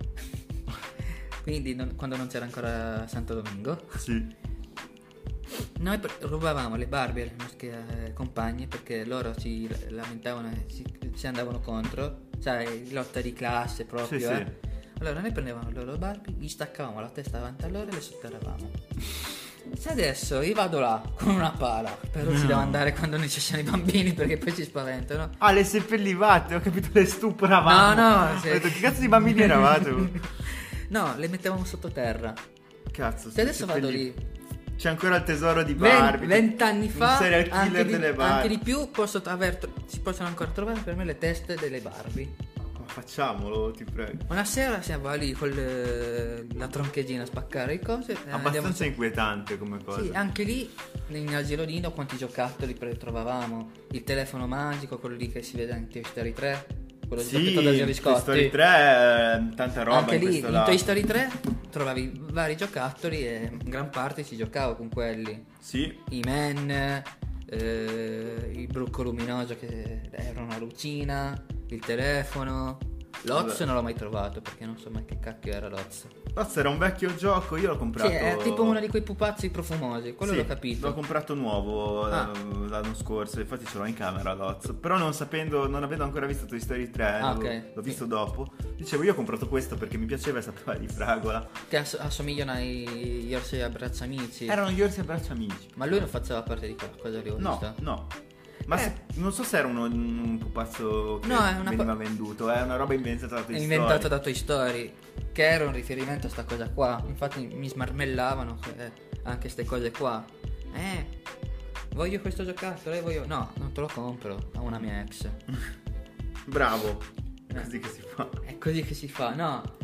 Quindi non- quando non c'era ancora Santo Domingo, Sì. noi per- rubavamo le Barbie ai nostri eh, compagni perché loro si lamentavano e si, si andavano contro, sai, lotta di classe proprio. Sì, eh. sì. Allora noi prendevamo le loro Barbie, gli staccavamo la testa davanti a loro e le sotterravamo. Se adesso io vado là con una pala, però ci No. devo andare quando non ci sono i bambini perché poi si spaventano. Ah, le seppellivate, ho capito, le stupravamo. No, no, Ho sì. detto, che cazzo di bambini eravate? No, le mettevamo sottoterra. Cazzo, Se adesso vado seppelli- lì C'è ancora il tesoro di Barbie. Ven- vent'anni fa, Un serial killer anche di, delle Barbie. anche di più, posso aver tro- si possono ancora trovare per me le teste delle Barbie. Ma facciamolo, ti prego. Una sera siamo lì con le- la troncheggina a spaccare le cose. e andiamo- Abbastanza inquietante come cosa. Sì, anche lì in asilo nido quanti giocattoli pre- trovavamo. Il telefono magico, quello lì che si vede in Toy Story tre, quello Sì, giocato da Gerry Toy Scotti. Story tre, eh, tanta roba Anche in lì questo in lato. Toy Story tre trovavi vari giocattoli e in gran parte si giocava con quelli. Sì, I Men, eh, il bruco luminoso che era una lucina, il telefono. L'Oz Vabbè. non l'ho mai trovato perché non so mai che cacchio era l'Oz. Forse era un vecchio gioco, io l'ho comprato. Sì, è tipo uno di quei pupazzi profumosi, quello Sì, l'ho capito. L'ho comprato nuovo Ah. eh, l'anno scorso, infatti ce l'ho in camera l'Oz. Però non sapendo, non avendo ancora visto Toy Story tre, Ah, l'ho, ok. l'ho visto dopo. Dicevo, io ho comprato questo perché mi piaceva e sapeva di fragola. Che ass- assomigliano agli orsi abbracciamici. Erano gli orsi a braccia amici. Ma lui non faceva parte di quella cosa lì, ho No, visto. no. Ma Eh. se- non so se era uno- un pupazzo che No, è una veniva co- venduto, è una roba inventata da Toy È Story. inventato da Toy Story, che era un riferimento a sta cosa qua. Infatti mi smarmellavano eh, anche queste cose qua. Eh, voglio questo giocattolo, eh, voglio... No, non te lo compro, a una mia ex. Bravo, è Eh. così che si fa. È così che si fa, no?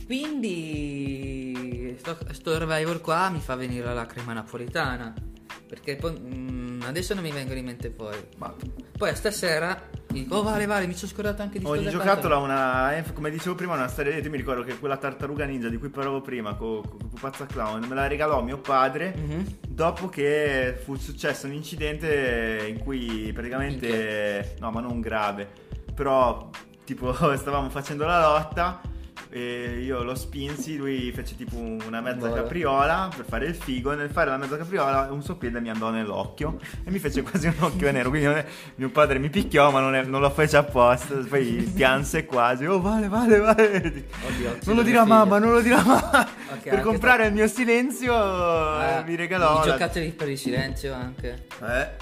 Quindi sto, sto revival qua mi fa venire la lacrima napoletana. Perché poi mm, adesso non mi vengono in mente poi. Ma poi stasera dico, oh vale vale, mi sono scordato anche di sto Ogni giocattolo ha una, eh, come dicevo prima, una storia dietro. Io mi ricordo che quella tartaruga ninja di cui parlavo prima, con co, Pupazza Clown, me la regalò mio padre Mhm. dopo che fu successo un incidente in cui praticamente, no ma non grave, però tipo stavamo facendo la lotta e io lo spinsi, lui fece tipo una mezza Boia. capriola per fare il figo, e nel fare la mezza capriola un suo piede mi andò nell'occhio e mi fece quasi un occhio nero, quindi non è- mio padre mi picchiò ma non, è- non lo fece apposta, poi pianse quasi, oh vale vale vale, Oddio, non lo dirà mamma, non lo dirà mamma. Ok, Per anche comprare il mio silenzio Ah, eh, mi regalò i la- giocattoli per il silenzio anche. eh.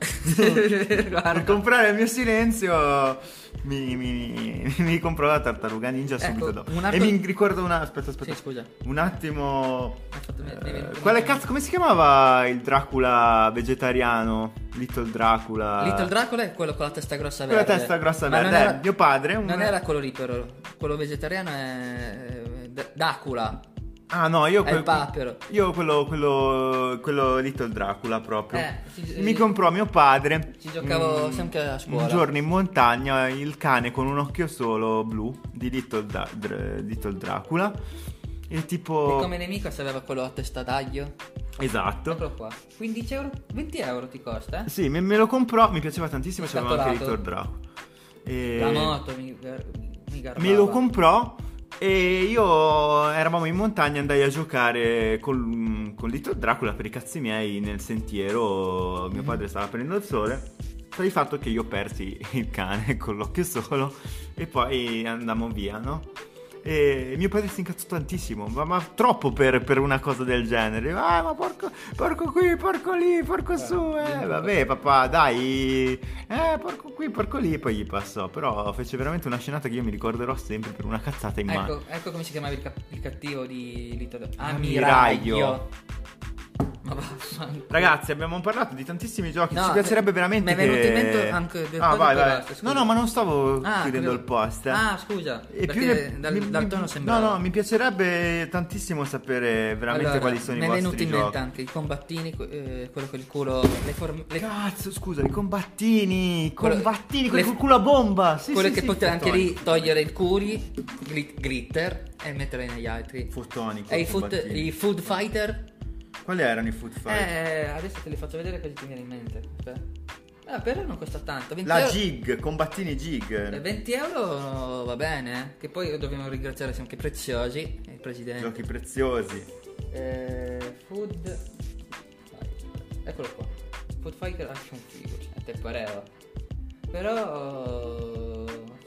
Eh. Guarda. Per comprare il mio silenzio mi, mi, mi comprò la tartaruga ninja subito Ecco, dopo. un altro- E mi ricordo una. Aspetta, aspetta. Sì, scusa. Un attimo. Mi ha fatto- mi- mi è Eh, venuto quale in mente. cazzo? Come si chiamava il Dracula vegetariano? Little Dracula. Little Dracula è quello con la testa grossa Con la verde. testa grossa Ma verde. non era- Eh, mio padre. un- Non era quello lì però. Quello vegetariano è D- Dracula. Ah no, io È il papero. Io quello, quello, quello Little Dracula proprio. Eh, si- Mi comprò mio padre. Ci giocavo mm, sempre a scuola. Un giorno in montagna il cane con un occhio solo blu di Little, Da- Dr- Little Dracula. E tipo. E come nemico se aveva quello a testa d'aglio. Esatto. Eccolo qua. quindici euro? venti euro ti costa, eh? Sì, me, me lo comprò, mi piaceva tantissimo, c'aveva anche Scattolato. Little Dracula. E... La moto mi, mi garbava. Me lo comprò e io eravamo in montagna, andai a giocare con, con Little Dracula per i cazzi miei nel sentiero. Mio padre stava prendendo il sole. Sta di fatto che io persi il cane con l'occhio solo e poi andammo via, no? E mio padre si incazzò tantissimo, ma, ma troppo per, per una cosa del genere. Ah, ma porco, porco qui, porco lì, porco su. Eh, vabbè, papà, dai. Eh, porco qui, porco lì. E poi gli passò. Però fece veramente una scenata che io mi ricorderò sempre per una cazzata in mano. Ecco, ecco come si chiamava il, cap- il cattivo di Little Ammiraglio. Ammiraglio. Ma vaffanculo. Ragazzi, abbiamo parlato di tantissimi giochi. No, Ci piacerebbe veramente. mi è venuto che... in mente anche due Ah, cose, vai, poi vai. basta, scusa. No, no, ma non stavo Ah, chiudendo credo- il post. eh. Ah, scusa. E perché più ne- dal, mi- dal mi- tono sembrava. No, no, mi piacerebbe tantissimo sapere veramente Allora, quali sono i mi è vostri venuto in giochi. mente anche i combattini, eh, quello con il culo. Le form- le- Cazzo, scusa, i combattini, i Quello- combattini, le- quelli col culo a bomba. Sì, quelle sì, che sì, potete anche fotonico. lì togliere il curi, glit- glitter e mettere negli altri. Fotonico. E i food, combattini. i food fighter. Quali erano i food fight? Eh, adesso te li faccio vedere così ti viene in mente. Aspetta. Ah, però non costa tanto. venti La euro. Jig, combattini Jig. Eh, venti euro va bene, eh. Che poi dobbiamo ringraziare sempre Preziosi, il presidente. Giochi preziosi. Eh, food Fighter. Eccolo qua. Food Fighter Action Figure. A te pareva. Però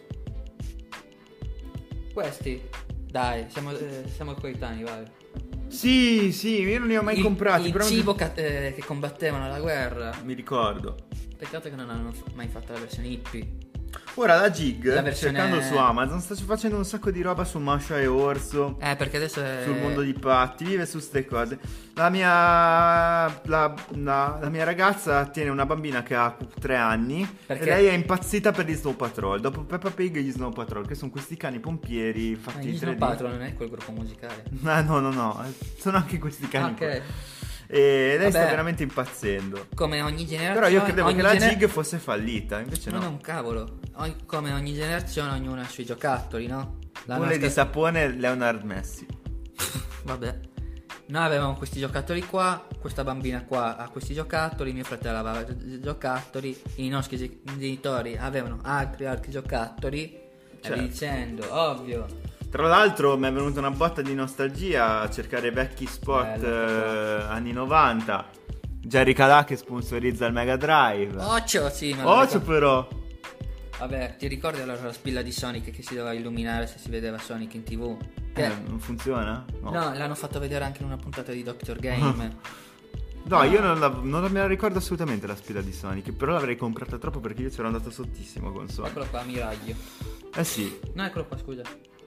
questi, dai, siamo, eh, siamo coetanei, vai. Sì, sì, io non li ho mai il, comprati. Il però mi- cibo ca- eh, che combattevano la guerra. mi ricordo. Peccato che non hanno f- mai fatto la versione hippie. Ora la Jig, La versione- cercando su Amazon, sta facendo un sacco di roba su Masha e Orso. Eh, perché adesso è... Sul mondo di Patti, vive su ste cose. La mia, la, la- la mia ragazza tiene una bambina che ha tre anni. Perché? E lei è impazzita per gli Snow Patrol. Dopo Peppa Pig e gli Snow Patrol, che sono questi cani pompieri Ma fatti gli in Snow tre D. Patrol non è quel gruppo musicale. Ah, no, no, no, sono anche questi cani. Ok. qua. E lei sta Vabbè. veramente impazzendo. Come ogni generazione. Però io credevo ogni che la gener- Jig fosse fallita, invece No, no. no, un cavolo. Ogni- come ogni generazione, ognuno ha i suoi giocattoli, no? La Pune nostra- di sapone Leonard Messi. Vabbè. Noi avevamo questi giocattoli qua, questa bambina qua ha questi giocattoli, mio fratello aveva gi- giocattoli, i nostri ge- genitori avevano altri altri giocattoli, e Certo. via dicendo, ovvio. Tra l'altro mi è venuta una botta di nostalgia a cercare vecchi spot Bello. eh, anni novanta. Jerry Calà che sponsorizza il Mega Drive. Occhio, sì, ma... Occhio però. Vabbè, ti ricordi allora la spilla di Sonic che si doveva illuminare se si vedeva Sonic in tv? Che- Eh, non funziona? No, l'hanno fatto vedere anche in una puntata di Doctor Game. No, io non, la, non me la ricordo assolutamente la spilla di Sonic, però l'avrei comprata troppo perché io c'ero andato sottissimo con Sonic. Eccolo qua, Miraglio. Eh sì. No, eccolo qua, scusa.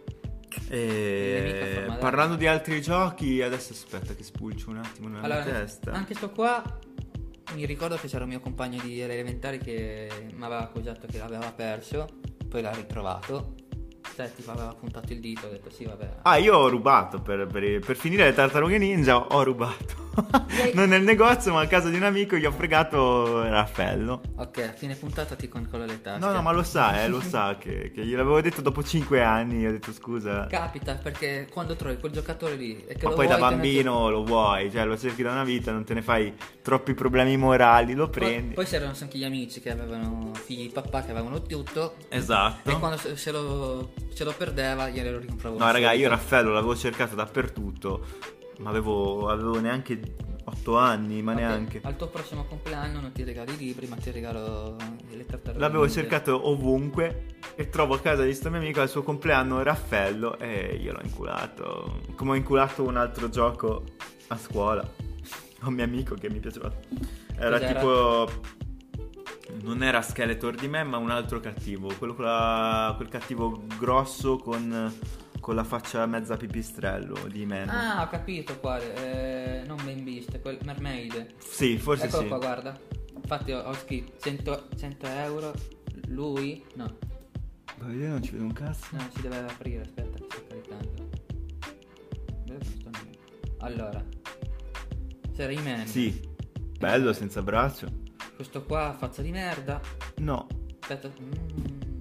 E... Nemica parlando di altri giochi, adesso aspetta che spulcio un attimo nella Allora, mia testa. anche sto qua mi ricordo che c'era un mio compagno di elementari che mi aveva accusato che l'aveva perso, poi l'ha ritrovato. Cioè, tipo aveva puntato il dito, ho detto sì, vabbè. Ah, io ho rubato per, per, per finire le tartarughe ninja, ho rubato. Non nel negozio, ma a casa di un amico gli ho fregato Raffaello. Ok, a fine puntata ti controllo le tasche. No, no, ma lo sa, eh, lo sa che, che gliel'avevo detto dopo cinque anni, ho detto scusa. Capita, perché quando trovi quel giocatore lì e che Ma lo poi vuoi, da te ne- bambino lo vuoi, cioè lo cerchi da una vita, non te ne fai troppi problemi morali, lo Poi, prendi. poi c'erano anche gli amici che avevano figli di papà che avevano tutto. Esatto. E quando se se lo, se lo perdeva glielo ricompravo. No, raga, io Raffaello l'avevo cercato dappertutto, ma avevo, avevo neanche otto anni, ma Ok, neanche. Al tuo prossimo compleanno non ti regalo i libri, ma ti regalo le tartarughe L'avevo ninja. cercato ovunque e trovo a casa di sto mio amico al suo compleanno Raffaello e io l'ho inculato. Come ho inculato un altro gioco a scuola. A un mio amico che mi piaceva. Era Cos'era? tipo... Non era Skeletor di me, ma un altro cattivo. Quello con la- quel cattivo grosso con, con la faccia mezza pipistrello di Man. Ah, ho capito quale. Eh, non Ben Beast, quel Mermaid. Sì, forse Eccolo sì. qua, guarda. Infatti ho, ho scritto cento, cento euro. Lui? No, Ma io non ci vedo un cazzo. no, si deve aprire. Aspetta, che sto caricando. Vedo che non sto nemmeno. Allora, c'era Iman. Sì. Bello, senza braccio. Questo qua, faccia di merda. No. Aspetta. Mm.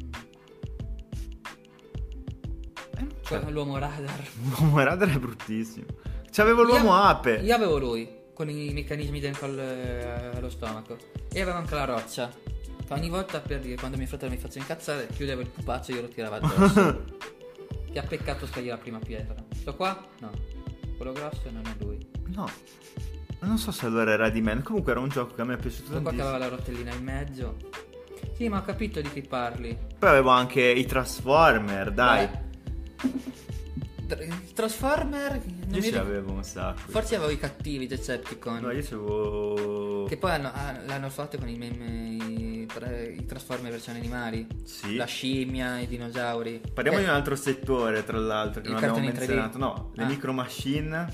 Eh, cioè, Quello- L'uomo radar. l'uomo radar è bruttissimo. C'avevo l'uomo Io- ape. Io avevo lui, con i meccanismi dentro al- eh, allo stomaco. E avevo anche la roccia. Ogni volta per dire, quando mio fratello mi faceva incazzare, chiudevo il pupazzo e io lo tiravo addosso. Ti ha peccato scagliare la prima pietra. Sto qua? No. Quello grosso non è lui. No. Ma non so se allora era di Man. Comunque era un gioco che a me è piaciuto Sto qua che tantissimo. aveva la rotellina in mezzo. Sì, ma ho capito di chi parli. Poi avevo anche i Transformer, dai. Tra- il Transformer. Non Io mi ce ric- l'avevo un sacco. Forse avevo i cattivi Decepticon. No, io c'avevo... Che poi hanno- ah, l'hanno fatto con i, meme, i, tra- i Transformer versione animali. Sì. La scimmia, i dinosauri. Parliamo Eh, di un altro settore, tra l'altro, che I non abbiamo cartoni in tre D. menzionato. No, le Ah. Micro Machine.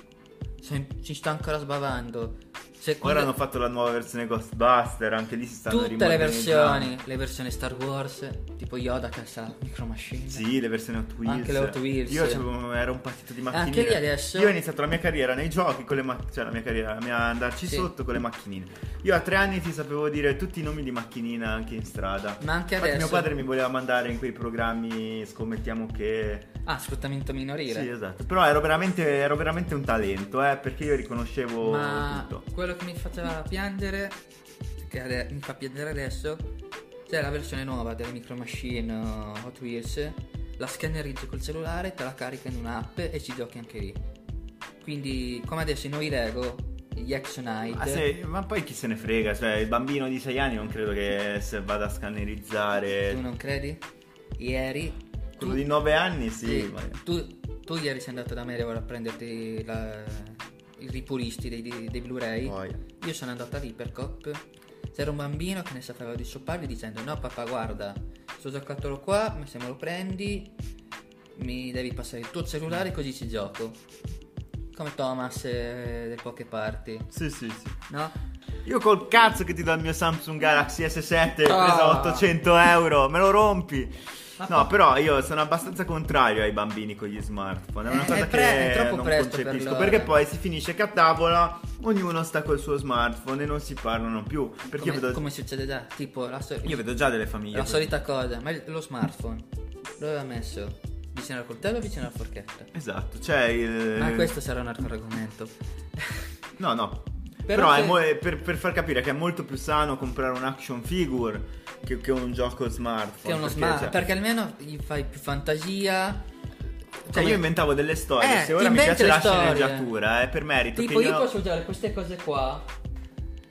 se- ci sta ancora sbavando. Secondo- Ora hanno fatto la nuova versione Ghostbuster, anche lì si stanno tutte le rimodernizzando. versioni, le versioni Star Wars, tipo Yoda che sa Micro Machine. Sì, le versioni Hot Wheels. Anche le Hot Wheels. Io c'avevo- ero un partito di macchinine. Anche lì adesso- Io ho iniziato la mia carriera nei giochi con le macchine. Cioè la mia carriera, la mia andarci Sì. sotto con le macchinine. Io a tre anni ti sapevo dire tutti i nomi di macchinina anche in strada. Ma anche Infatti adesso. mio padre mi voleva mandare in quei programmi, scommettiamo che... Ah, sfruttamento minorile. Sì, esatto. Però ero veramente, ero veramente un talento, eh, perché io riconoscevo Ma tutto. quello che mi faceva piangere, che ade- mi fa piangere adesso, c'è la versione nuova delle Micro Machine uh, Hot Wheels. La scannerizzi col cellulare, te la carica in un'app e ci giochi anche lì. Quindi, come adesso i nuovi Lego, gli Exonite. Ma, se- ma poi chi se ne frega, cioè il bambino di sei anni non credo che se vada a scannerizzare. Tu non credi? Ieri. Quello tu- di nove anni sì, Sì, ma... tu, tu ieri sei andato da me a prenderti la- i ripulisti dei, dei, dei Blu-ray. Poi. Io sono andata lì per Coop. C'era un bambino che ne sapeva di sciopparli dicendo: no papà, guarda, sto giocattolo qua, se me lo prendi mi devi passare il tuo cellulare così ci gioco. Come Thomas eh, delle poche parti, Sì, sì, sì. no? Io col cazzo che ti do il mio Samsung Galaxy S sette Ah. preso a ottocento euro, me lo rompi. Ma No, fa- però io sono abbastanza contrario ai bambini con gli smartphone. È una Eh, cosa è pre- è che troppo non presto per concepisco. loro. Perché poi si finisce che a tavola ognuno sta col suo smartphone e non si parlano più. Perché Come, io, vedo, come succede già, tipo la, so- io vedo già delle famiglie. la così. solita cosa, ma il- lo smartphone dove l'ha messo? Vicino al coltello o vicino alla forchetta? Esatto, cioè il... Ma questo sarà un altro argomento. No, no. Però Però, è se- mo- è per, per far capire che è molto più sano comprare un action figure che, che un gioco smartphone. Che è uno perché, smart, cioè- perché almeno gli fai più fantasia. Cioè Come- io inventavo delle storie, Eh, se ti ora mi inventi piace le la storie. sceneggiatura, è per merito Tipo che io io... posso usare queste cose qua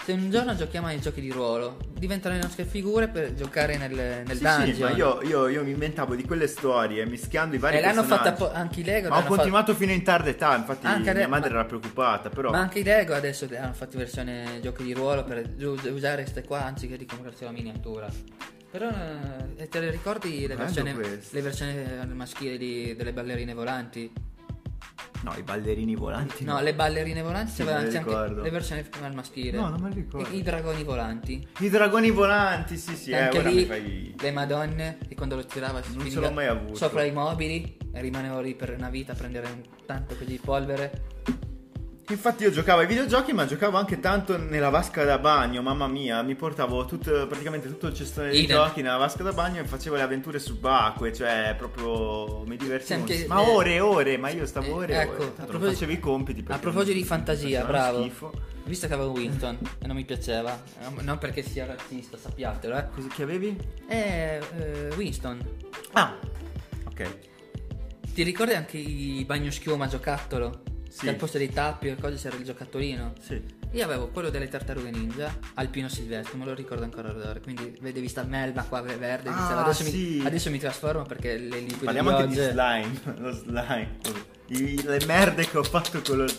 se un giorno giochiamo ai giochi di ruolo, diventano le nostre figure per giocare nel, nel Sì, dungeon. sì, ma io, io, io mi inventavo di quelle storie mischiando i vari E l'hanno fatta personaggi. po- anche i Lego. Ma ho l'hanno continuato fino in tarda età, infatti Anche mia ade- madre ma- era preoccupata, però Ma anche i Lego adesso hanno fatto versione giochi di ruolo per giu- usare queste qua anziché di comprarsi la miniatura. Però eh, te le ricordi le Bello versioni, questo. le versioni maschili di- delle ballerine volanti? no, i ballerini volanti No, le ballerine volanti Sì, c'erano me le anche ricordo. le versioni al maschile. No, non me le ricordo. I, i dragoni volanti. I dragoni volanti, sì, sì, E eh, anche ora lì mi fai... le madonne che quando lo tirava si Non ce finiva l'ho mai avuto. sopra i mobili e rimanevo lì per una vita a prendere un tanto così di polvere. Infatti io giocavo ai videogiochi, ma giocavo anche tanto nella vasca da bagno, mamma mia, mi portavo tutto, praticamente tutto il cestone dei Idem. giochi nella vasca da bagno e facevo le avventure subacquee, cioè proprio mi divertivo. Senti, ma eh, ore e ore, ma io stavo eh, ore e ecco, ore. a Tanto non proposito- facevo i compiti A perché proposito di mi fantasia, facevano bravo. schifo. Visto che avevo Winston e non mi piaceva, eh, non perché sia razzista, sappiatelo, eh. Cosa che avevi? Eh, eh, Winston. Ah, ok. Ti ricordi anche i bagnoschiuma giocattolo? Sì. Che al posto dei tappi e cose c'era il giocattolino. Sì. Io avevo quello delle tartarughe ninja, Alpino Silvestre, me lo ricordo ancora ora. Quindi vedevi sta melma qua verde, Ah, diceva, adesso, sì. mi, adesso mi trasformo perché le liquide Parliamo di anche di oggi- slime, lo slime. I- le merde che ho fatto con lo...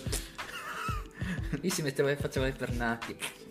Io si metteva e faceva le pernacchi.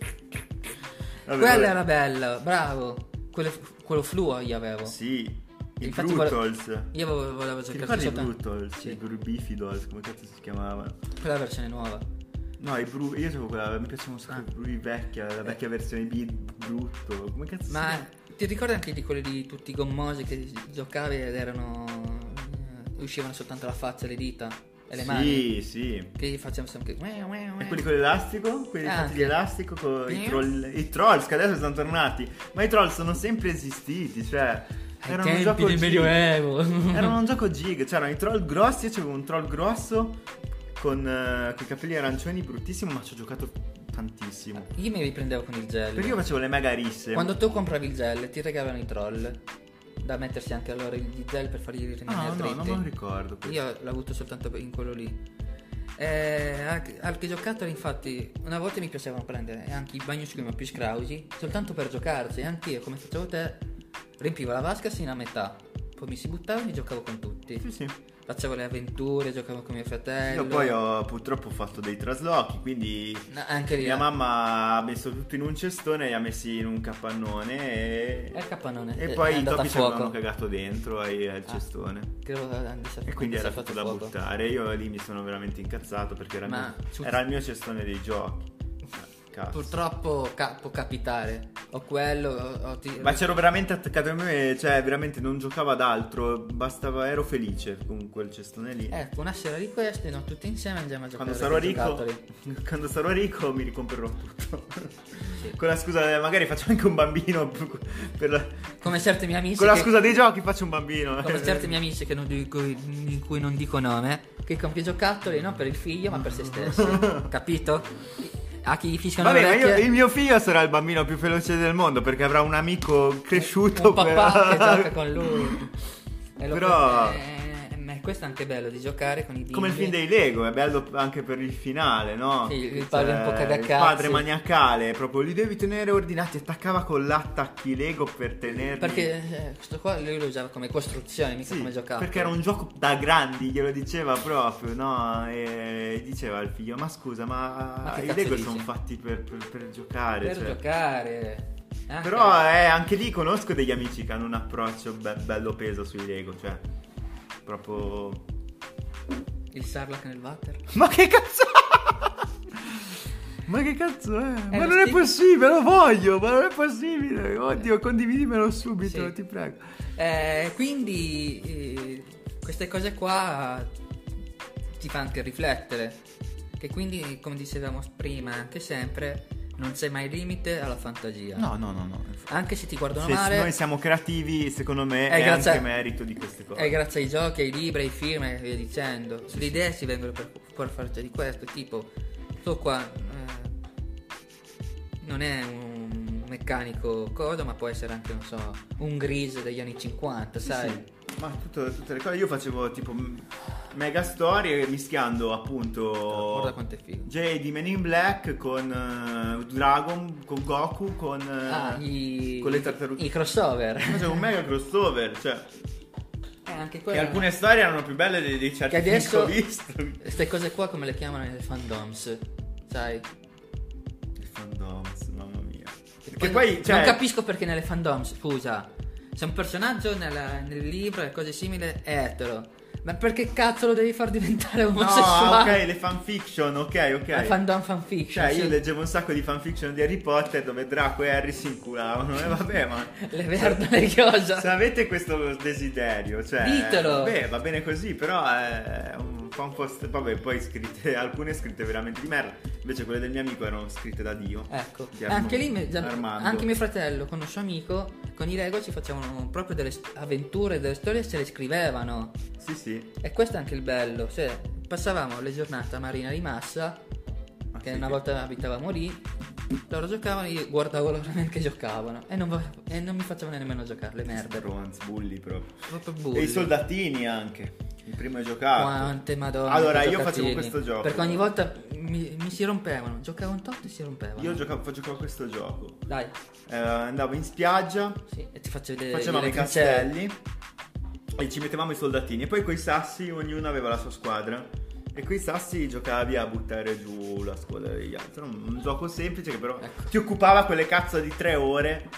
Vabbè, Quella vabbè. era bella, bravo. Quello, quello fluo io avevo. Sì, i Infatti Brutals. Io volevo, volevo Ti giocare ricordi i soltanto. Brutals? Sì. I Brubifidols, come cazzo si chiamavano? Quella versione nuova. No, i Bru... io avevo quella, mi piacevano un sacco Ah. i Bru vecchia, la vecchia versione di Brutto. Come cazzo si Ma chiama? ti ricordi anche di quelli di tutti i gommosi che giocavi ed erano. eh, uscivano soltanto la faccia e le dita e le Sì, mani? sì. Che facevano sempre. E quelli con l'elastico? Quelli Ah, fatti sì. di elastico con i Eh. troll. I trolls che adesso sono tornati. Ma i troll sono sempre esistiti, cioè. Ai Erano un tempi gioco del gig. Medioevo. Erano un gioco gig. C'erano i troll grossi. Io c'avevo un troll grosso con, eh, con i capelli arancioni, bruttissimo. Ma ci ho giocato tantissimo. Io mi riprendevo con il gel. Perché io facevo le mega risse. Quando tu compravi il gel ti regalavano i troll. Da mettersi anche allora il gel per fargli rimanere Ah, no, dritti. non me lo ricordo. questo. Io l'ho avuto soltanto in quello lì. Eh, anche, anche giocattoli, infatti, una volta mi piacevano prendere anche i bagnoschiuma più scrausi soltanto per giocarci. E anch'io, come facevo te, riempivo la vasca sino a metà. Poi mi si buttavano e giocavo con tutti. Sì, sì. Facevo le avventure, giocavo con mio fratello. Io poi ho purtroppo fatto dei traslochi, quindi No, anche lì. mia mamma ha messo tutto in un cestone e li ha messi in un capannone e, È il capannone. e è poi i andata topi a ci avevano fuoco. cagato dentro ai- al Ah. cestone. Credo andasse a- E quindi andasse era a tutto da fuoco. buttare. Io lì mi sono veramente incazzato perché era, il Ma mio, su- era il mio cestone dei giochi. Cazzo. Purtroppo ca- può capitare. O quello, o, o ti... Ma c'ero veramente attaccato a me, cioè veramente non giocavo ad altro, bastava, ero felice con quel cestone lì. Ecco, una sera di questi, no, tutti insieme andiamo a giocare. Quando sarò ai ricco, giocattoli. quando sarò ricco mi ricomprerò tutto. Con la scusa, magari faccio anche un bambino. Per la, Come certi miei amici. con la che- scusa dei giochi faccio un bambino. Come certi miei amici che non, di, cui, di cui non dico nome, che compri giocattoli non per il figlio ma per se stesso. Capito? A chi gli fischiano Vabbè, le ma io, orecchie, il mio figlio sarà il bambino più veloce del mondo perché avrà un amico cresciuto un papà per- che gioca con lui. E lo Però- pre- eh, ma questo è anche bello di giocare con i bimbi. Come il film dei Lego, è bello anche per il finale, no? Sì, il padre un po' cagacazzi. Il padre maniacale, proprio li devi tenere ordinati, attaccava con l'attacchi Lego per tenerli. Perché eh, questo qua lui lo usava come costruzione, mica Sì, come giocattolo. perché era un gioco da grandi, glielo diceva proprio, no? E diceva al figlio, ma scusa, ma, Ma che i cazzo Lego dici? sono fatti per, per- per giocare. Per cioè. giocare. Anche- Però eh, anche lì conosco degli amici che hanno un approccio be- bello peso sui Lego, cioè proprio... il Sarlacc nel water. Ma che cazzo? Ma che cazzo è? ma lo non è stile- possibile, lo voglio, ma non è possibile. Oddio, condividimelo subito, Sì. ti prego. Eh, quindi eh, queste cose qua ti fanno anche riflettere. Che quindi, come dicevamo prima, anche sempre, non c'è mai limite alla fantasia. No, no, no, no. Anche se ti guardano Se male, noi siamo creativi, secondo me È è, grazie- anche merito di queste cose. è grazie ai giochi, ai libri, ai film e via dicendo. Le idee si vengono per, per farci di questo. Tipo, tu qua eh, non è un meccanico cosa, ma può essere anche, non so, un Gris degli anni cinquanta, sai? Sì. Ma tutto- tutte le cose, io facevo tipo m- mega storie mischiando appunto Guarda quanto è figo. J di Men in Black con eh, Dragon, con Goku, con, eh, Ah, i, con le tartarughe. i crossover. Facevo un mega crossover, cioè Eh, anche che quello. alcune storie erano più belle di, di certi Che film adesso- che ho visto. Queste cose qua come le chiamano nelle fandoms, sai? Il fandoms, mamma mia. Che Poi poi, cioè, non capisco perché nelle fandoms, scusa, se un personaggio nella- nel libro e cose simili è etero, ma perché cazzo lo devi far diventare no, omosessuale? ok, le fanfiction, ok, ok. La fandom fanfiction, Cioè, io sì. leggevo un sacco di fanfiction di Harry Potter dove Draco e Harry si inculavano. E vabbè, ma Le verdole chiosa. se avete questo desiderio, cioè, Ditelo. Beh, va bene così, però è un po' un po' st- vabbè, poi scritte, alcune scritte veramente di merda. Invece quelle del mio amico erano scritte da Dio. Ecco, Di Armando- anche lì me- già- Armando. anche mio fratello con un suo amico, con i Lego ci facevano proprio delle st- avventure, delle storie, se le scrivevano. Sì, sì. E questo è anche il bello, cioè passavamo le giornate a Marina di Massa, Ma che sì, una che- volta abitavamo lì, loro giocavano, io guardavo loro che giocavano e non, va- e non mi facevano nemmeno giocare, le merde. Stronzi, bulli proprio. Proprio E bulli. i soldatini anche. Il primo è giocato. Quante madonna. Allora, che io facevo giocattini. questo gioco. Perché ogni volta mi, mi si rompevano, giocavo un tot e si rompevano. Io giocavo, giocavo a questo gioco. Dai, Eh, andavo in spiaggia, sì, e ti faccio vedere facevamo le i trincee. castelli e ci mettevamo i soldatini. E poi coi sassi ognuno aveva la sua squadra. E coi sassi giocavi a buttare giù la squadra degli altri. Era un, un gioco semplice che però Ecco. ti occupava quelle cazzo di tre ore.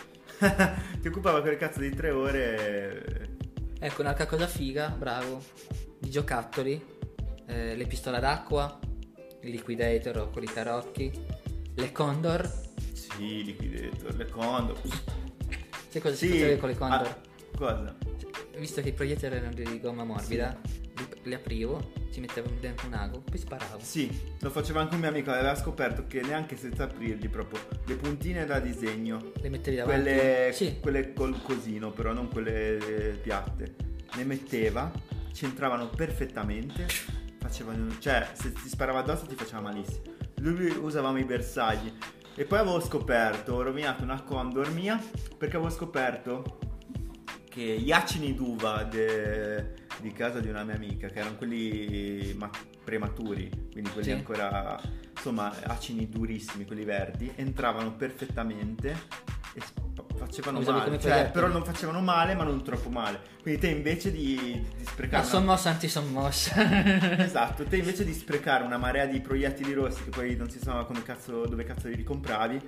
Ti occupava quelle cazzo di tre ore. Ecco, un'altra cosa figa, bravo, di giocattoli, eh, le pistole d'acqua, il liquidator o quelli tarocchi, le condor. Sì, Liquidator, le Condor. Sai cosa si Sì. faceva con le condor? Ah, cosa? Visto che i proiettili erano di gomma morbida, li, li aprivo, ci mettevo dentro un ago, poi sparavo. Sì, lo faceva anche un mio amico, aveva scoperto che neanche senza aprirli proprio le puntine da disegno, Le mettevi davanti. quelle, Sì. quelle col cosino però, non quelle piatte, le metteva, ci entravano perfettamente, facevano, cioè se ti sparava addosso ti faceva malissimo. Lui usavamo i bersagli e poi avevo scoperto, ho rovinato una Condor mia perché avevo scoperto che gli acini d'uva de- di casa di una mia amica, che erano quelli ma- prematuri, quindi quelli Sì. ancora, insomma, acini durissimi, quelli verdi, entravano perfettamente e sp- facevano Usavi male, come cioè, proiettili. però non facevano male, ma non troppo male. Quindi te invece di, di sprecare Ah, una- sommossa antisommossa. esatto, te invece di sprecare una marea di proiettili rossi che poi non si sa come cazzo, dove cazzo li ricompravi,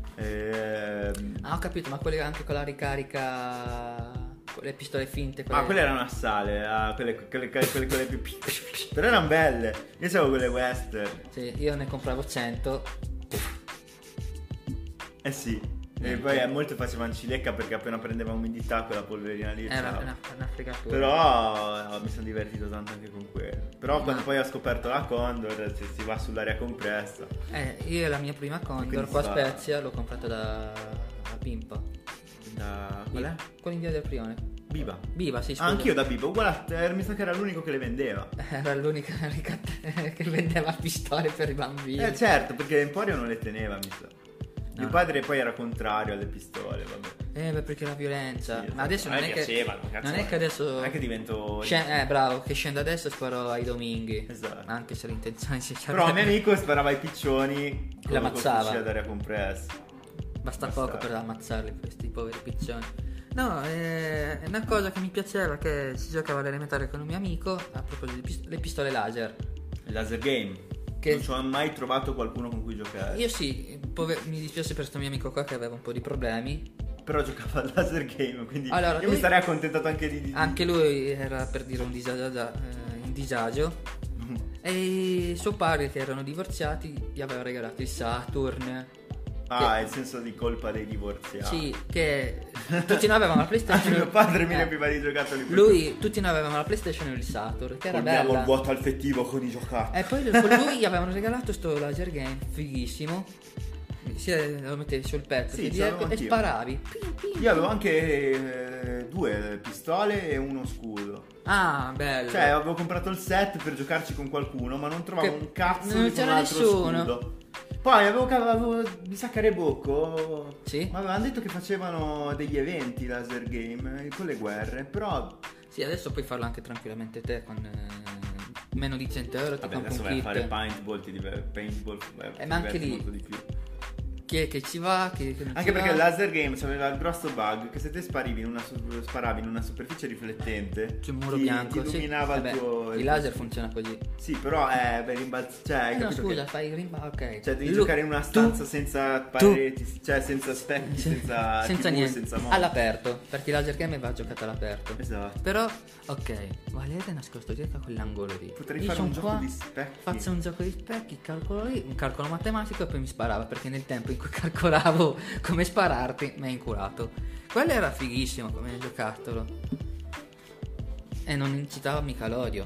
ehm, Ah, ho capito, ma quelle anche con la ricarica, le pistole finte. ah, quelle erano a sale, ah, quelle, quelle, quelle, quelle, quelle più però erano belle. Io avevo quelle western. Sì, io ne compravo cento. Eh sì. E poi a molti facevano cilecca perché appena prendeva umidità quella polverina lì. Era ciao. una, una fregatura. Però eh, mi sono divertito tanto anche con quello. Però Ma- quando poi ho scoperto la Condor, se si va sull'aria compressa. Eh, io la mia prima Condor Quindi qua a si va- Spezia l'ho comprata da, da Pimpa. Da... Qual è? Quello in via del Prione. Biba. Viva, sì, scusa. Ah, anch'io da Biba, uguale a te, mi sa che era l'unico che le vendeva. Era l'unica ricatta- che vendeva pistole per i bambini. Eh certo, perché Emporio non le teneva, mi sa. Mio No. padre poi era contrario alle pistole, vabbè. Eh, beh, perché la violenza. Sì, esatto. Ma adesso A non me è che. piacevano, cazzo. Non è che adesso. Non è che divento... Scen- eh, bravo, che scendo adesso e sparo ai dominghi. Esatto. Anche se l'intenzione si Però un mio amico sparava ai piccioni con col L'ammazzava. fucile ad aria compressa. Basta Basta. poco per ammazzarli questi poveri piccioni. No, eh, è una cosa che mi piaceva che si giocava all'elementare con un mio amico. A proposito di pist- le pistole laser. Il laser game. Che- Non ci ho mai trovato qualcuno con cui giocare. Io sì, pove- mi dispiace per questo mio amico qua che aveva un po' di problemi. Però giocava al laser game, quindi Allora, io lui- mi sarei accontentato anche di... di- Anche lui era per dire un disagio, eh, in disagio. E suo padre, che erano divorziati, gli aveva regalato il Saturn. Ah, che- il senso di colpa dei divorziati. Sì, che tutti noi avevamo la Anche PlayStation. mio padre mi eh, riempiva di giocattoli. Lui, tutti noi avevamo la PlayStation e il Saturn, che era Colmiamo bella. il vuoto affettivo con i giocattoli. E poi con lui gli avevano regalato sto laser game fighissimo. Si lo mettevi sul petto Sì, ti ce l'avevo dietro, e anch'io. sparavi. Pim, pim. Io avevo anche eh, due pistole e uno scudo. Ah, bello. Cioè, avevo comprato il set per giocarci con qualcuno, ma non trovavo Che- un cazzo non di c'era un altro nessuno. scudo. Poi avevo, avevo mi sa Carebocco. Sì? Ma avevano detto che facevano degli eventi laser game eh, con le guerre, però Sì, adesso puoi farlo anche tranquillamente te con eh, meno di cento euro ti Vabbè, compri adesso un vai a kit. fare paintball, ti diver- paintball eh, ti Eh, ma anche diverti lì- molto di più. Chi è che ci va, chi che non Anche ci perché va. il laser game aveva il grosso bug che se te sparivi in una, su- sparavi in una superficie riflettente C'è un muro ti, bianco, ti sì. illuminava Vabbè, il tuo il laser funziona così. Sì, però è per rimbalzare, cioè, hai Eh no, capito scusa, che- fai il rimbalzo, ok. cioè devi Lu- giocare in una tu- stanza senza pareti, cioè senza specchi, Sì, senza, senza tivù, niente, senza mouse. all'aperto, perché il laser game va giocato all'aperto. Esatto. Però, ok, Valeria è nascosto dietro a quell'angolo lì. Potrei Io fare son un gioco qua, di specchi. Faccio un gioco di specchi, calcolo lì, un calcolo matematico e poi mi sparava, perché nel tempo in cui calcolavo come spararti mi ha inculato. Quello era fighissimo come giocattolo. E non incitava mica l'odio.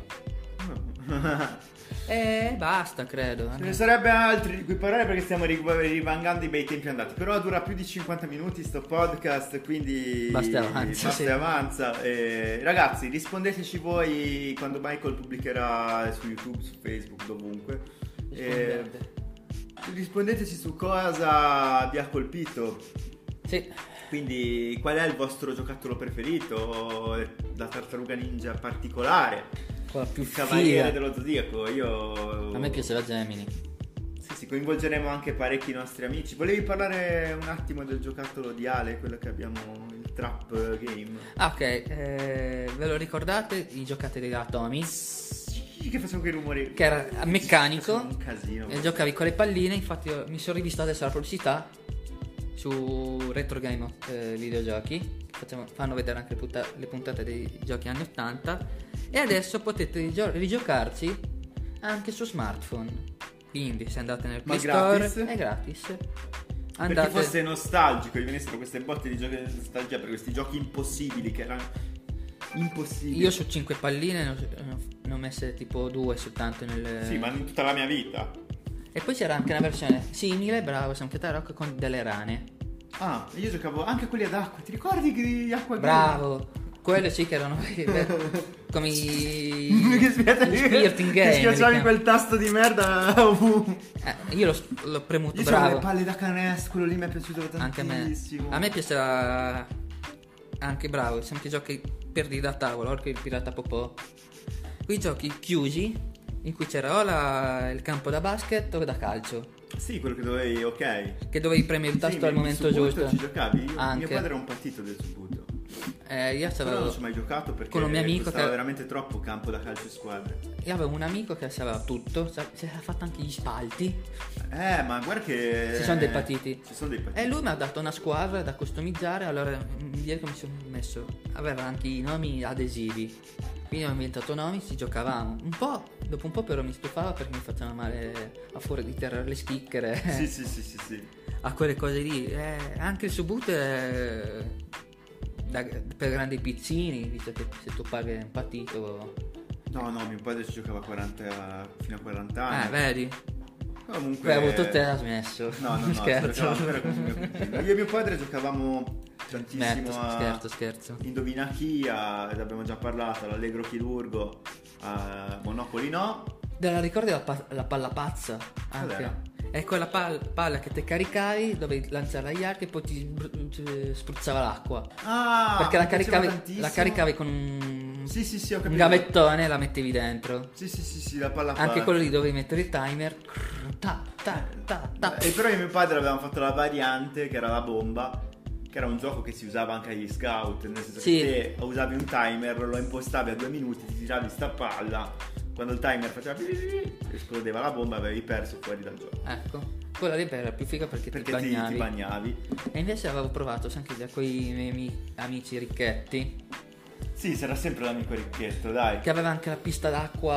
E basta, credo. Ce ne sarebbe altri di cui parlare perché stiamo ri- rivangando i bei tempi andati. Però dura più di cinquanta minuti sto podcast, quindi Basta e avanza, basta sì. e avanza. E, ragazzi, rispondeteci voi quando Michael pubblicherà su YouTube, su Facebook, dovunque. E, Rispondete. rispondeteci su cosa vi ha colpito. Sì. Quindi qual è il vostro giocattolo preferito? La tartaruga ninja particolare? Quella più Il cavaliere figa. dello zodiaco? Io... A me piaceva Gemini. Sì, sì, coinvolgeremo anche parecchi nostri amici. Volevi parlare un attimo del giocattolo di Ale, quello che abbiamo, il trap game? Ah, ok, eh, ve lo ricordate? I giocattoli della Tommy? Sì, che facciamo quei rumori. Che era meccanico. Un casino. E giocavi con le palline. Infatti io mi sono rivisto adesso la pubblicità su Retro Game eh, Videogiochi. Facciamo, fanno vedere anche le, putta- le puntate dei giochi anni ottanta. E adesso potete rigio- rigiocarci anche su smartphone. Quindi se andate nel Ma Play Store gratis? è gratis. Per chi Andate. fosse nostalgico, gli venissero queste botte di giochi di nostalgia per questi giochi impossibili che erano impossibili. Io su cinque palline ne ho, ne ho messe tipo due soltanto nel. Sì, ma in tutta la mia vita. E poi c'era anche una versione simile, bravo, Sam Rock, con delle rane. Ah, io giocavo anche quelli ad acqua. Ti ricordi che di acqua Bravo. Quelle sì che erano come i Che spiace- gli Spirit in game. che schiacciavi li quel tasto di merda ovunque. chiam- eh, io l'ho, l'ho premuto, Io c'avevo bravo. le palle da canestro, quello lì mi è piaciuto Anche a me. tantissimo. A me piaceva anche bravo, sempre giochi per di da tavola, anche il pirata popò. Quei giochi chiusi in cui c'era o la- il campo da basket o da calcio, Sì, quello che dovevi, ok. che dovevi premere il tasto Sì, al il momento Subbuteo giusto. ci giocavi? Io, Anche. Mio padre era un partito del Subbuteo. Eh, io Però avevo, non ci ho mai giocato perché con un mio amico costava che- veramente troppo campo da calcio e squadre. io avevo un amico che sapeva tutto, sa- si era fatto anche gli spalti. Eh, ma guarda che... Ci sono dei patiti. Ci sono dei patiti. E lui mi ha dato una squadra da customizzare, allora mm, ieri che mi sono messo, aveva anche i nomi adesivi, quindi ho inventato nomi, ci giocavamo. Un po', dopo un po' però mi stufava perché mi faceva male a fuori di tirare le sticker, Sì, sì, sì, sì, sì. a quelle cose lì. Eh, anche il Subut è da- per grandi pizzini, visto che se tu paghi un patito... No, no, mio padre ci giocava quaranta, fino a quaranta anni. Eh, vedi? Comunque... Poi ha avuto te, ha smesso. No, no, no, Scherzo. giocavo ancora con mio cugino. Io e mio padre giocavamo tantissimo Smetto, a... scherzo, scherzo. Indovina chi, a... ne abbiamo già parlato, all'Allegro Chirurgo, a Monopoli no. Te la ricordi la, pa- la palla pazza? Anche. Cos'era? È quella pal- palla che te caricavi, dovevi lanciarla agli archi e poi ti, br- ti spruzzava l'acqua. Ah, Perché la mi piaceva caricavi, tantissimo. la caricavi con un, Sì, sì, sì, ho un capito. gavettone e la mettevi dentro. Sì, sì, sì, sì, la palla Anche palla. quello lì dovevi mettere il timer. Ta, ta, ta, ta. E però io e mio padre avevamo fatto la variante che era la bomba, che era un gioco che si usava anche agli scout, nel senso Sì. che te usavi un timer, lo impostavi a due minuti, ti tiravi sta palla, quando il timer faceva esplodeva la bomba, avevi perso fuori dal gioco. Ecco. Quella lì era più figa perché, Perché ti ti, bagnavi. ti bagnavi. E invece avevo provato anche da quei miei ami- amici ricchetti Sì, sarà sempre l'amico ricchetto, dai. che aveva anche la pista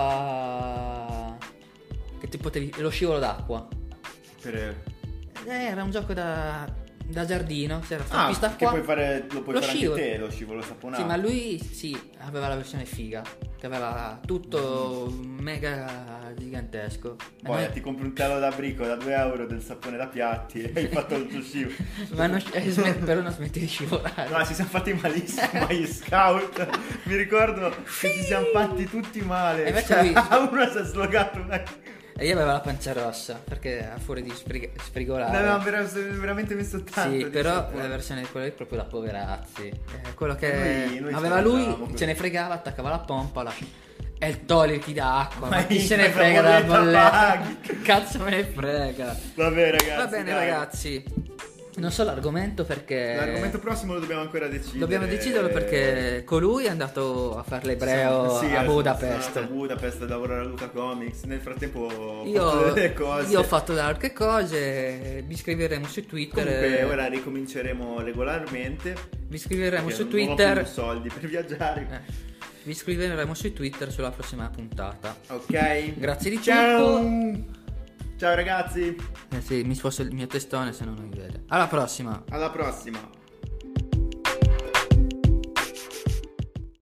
d'acqua che ti potevi, lo scivolo d'acqua. Per... Eh, era un gioco da, da giardino, c'era sta Ah, pista che qua. puoi fare, lo puoi Lo fare scivolo. anche te, lo scivolo saponato. Sì, ma lui sì, aveva la versione figa, che aveva tutto mega gigantesco. E Poi noi- ti compri un telo da brico da due euro del sapone da piatti e hai fatto il tuo scivolo. ma non, eh, smet- però non smetti di scivolare. No, ci siamo fatti malissimo agli scout. Mi ricordo che ci siamo fatti tutti male. E invece Cioè, lui- uno si è slogato una... E io avevo la pancia rossa perché a fuori di sfrig- sfrigolare. L'avevamo vera- veramente messo tanto. Sì, di però sapore. la versione di quella lì proprio da poverazzi. Eh, quello che Noi- noi aveva ce lui, l'avevamo così. ce ne fregava, attaccava la pompa la... e il tolichi d'acqua. Ma, Ma chi in se ne quella frega della bolletta bolletta? paghi. Che cazzo me ne frega? Vabbè ragazzi. Va bene, dai. ragazzi. Non so l'argomento perché. L'argomento prossimo lo dobbiamo ancora decidere. Dobbiamo deciderlo perché colui è andato a fare l'ebreo Sì, a è- Budapest. sono andato a Budapest a lavorare a Luca Comics. Nel frattempo ho Io, fatto delle cose. io ho fatto da altre cose. Vi scriveremo su Twitter. Comunque ora ricominceremo regolarmente. Vi scriveremo perché su non ho Twitter. più soldi per viaggiare. Eh, vi scriveremo su Twitter sulla prossima puntata. Ok. Grazie di Ciao. tutto. Ciao ragazzi. Eh sì, mi sposto il mio testone se non mi vede. Alla prossima. Alla prossima.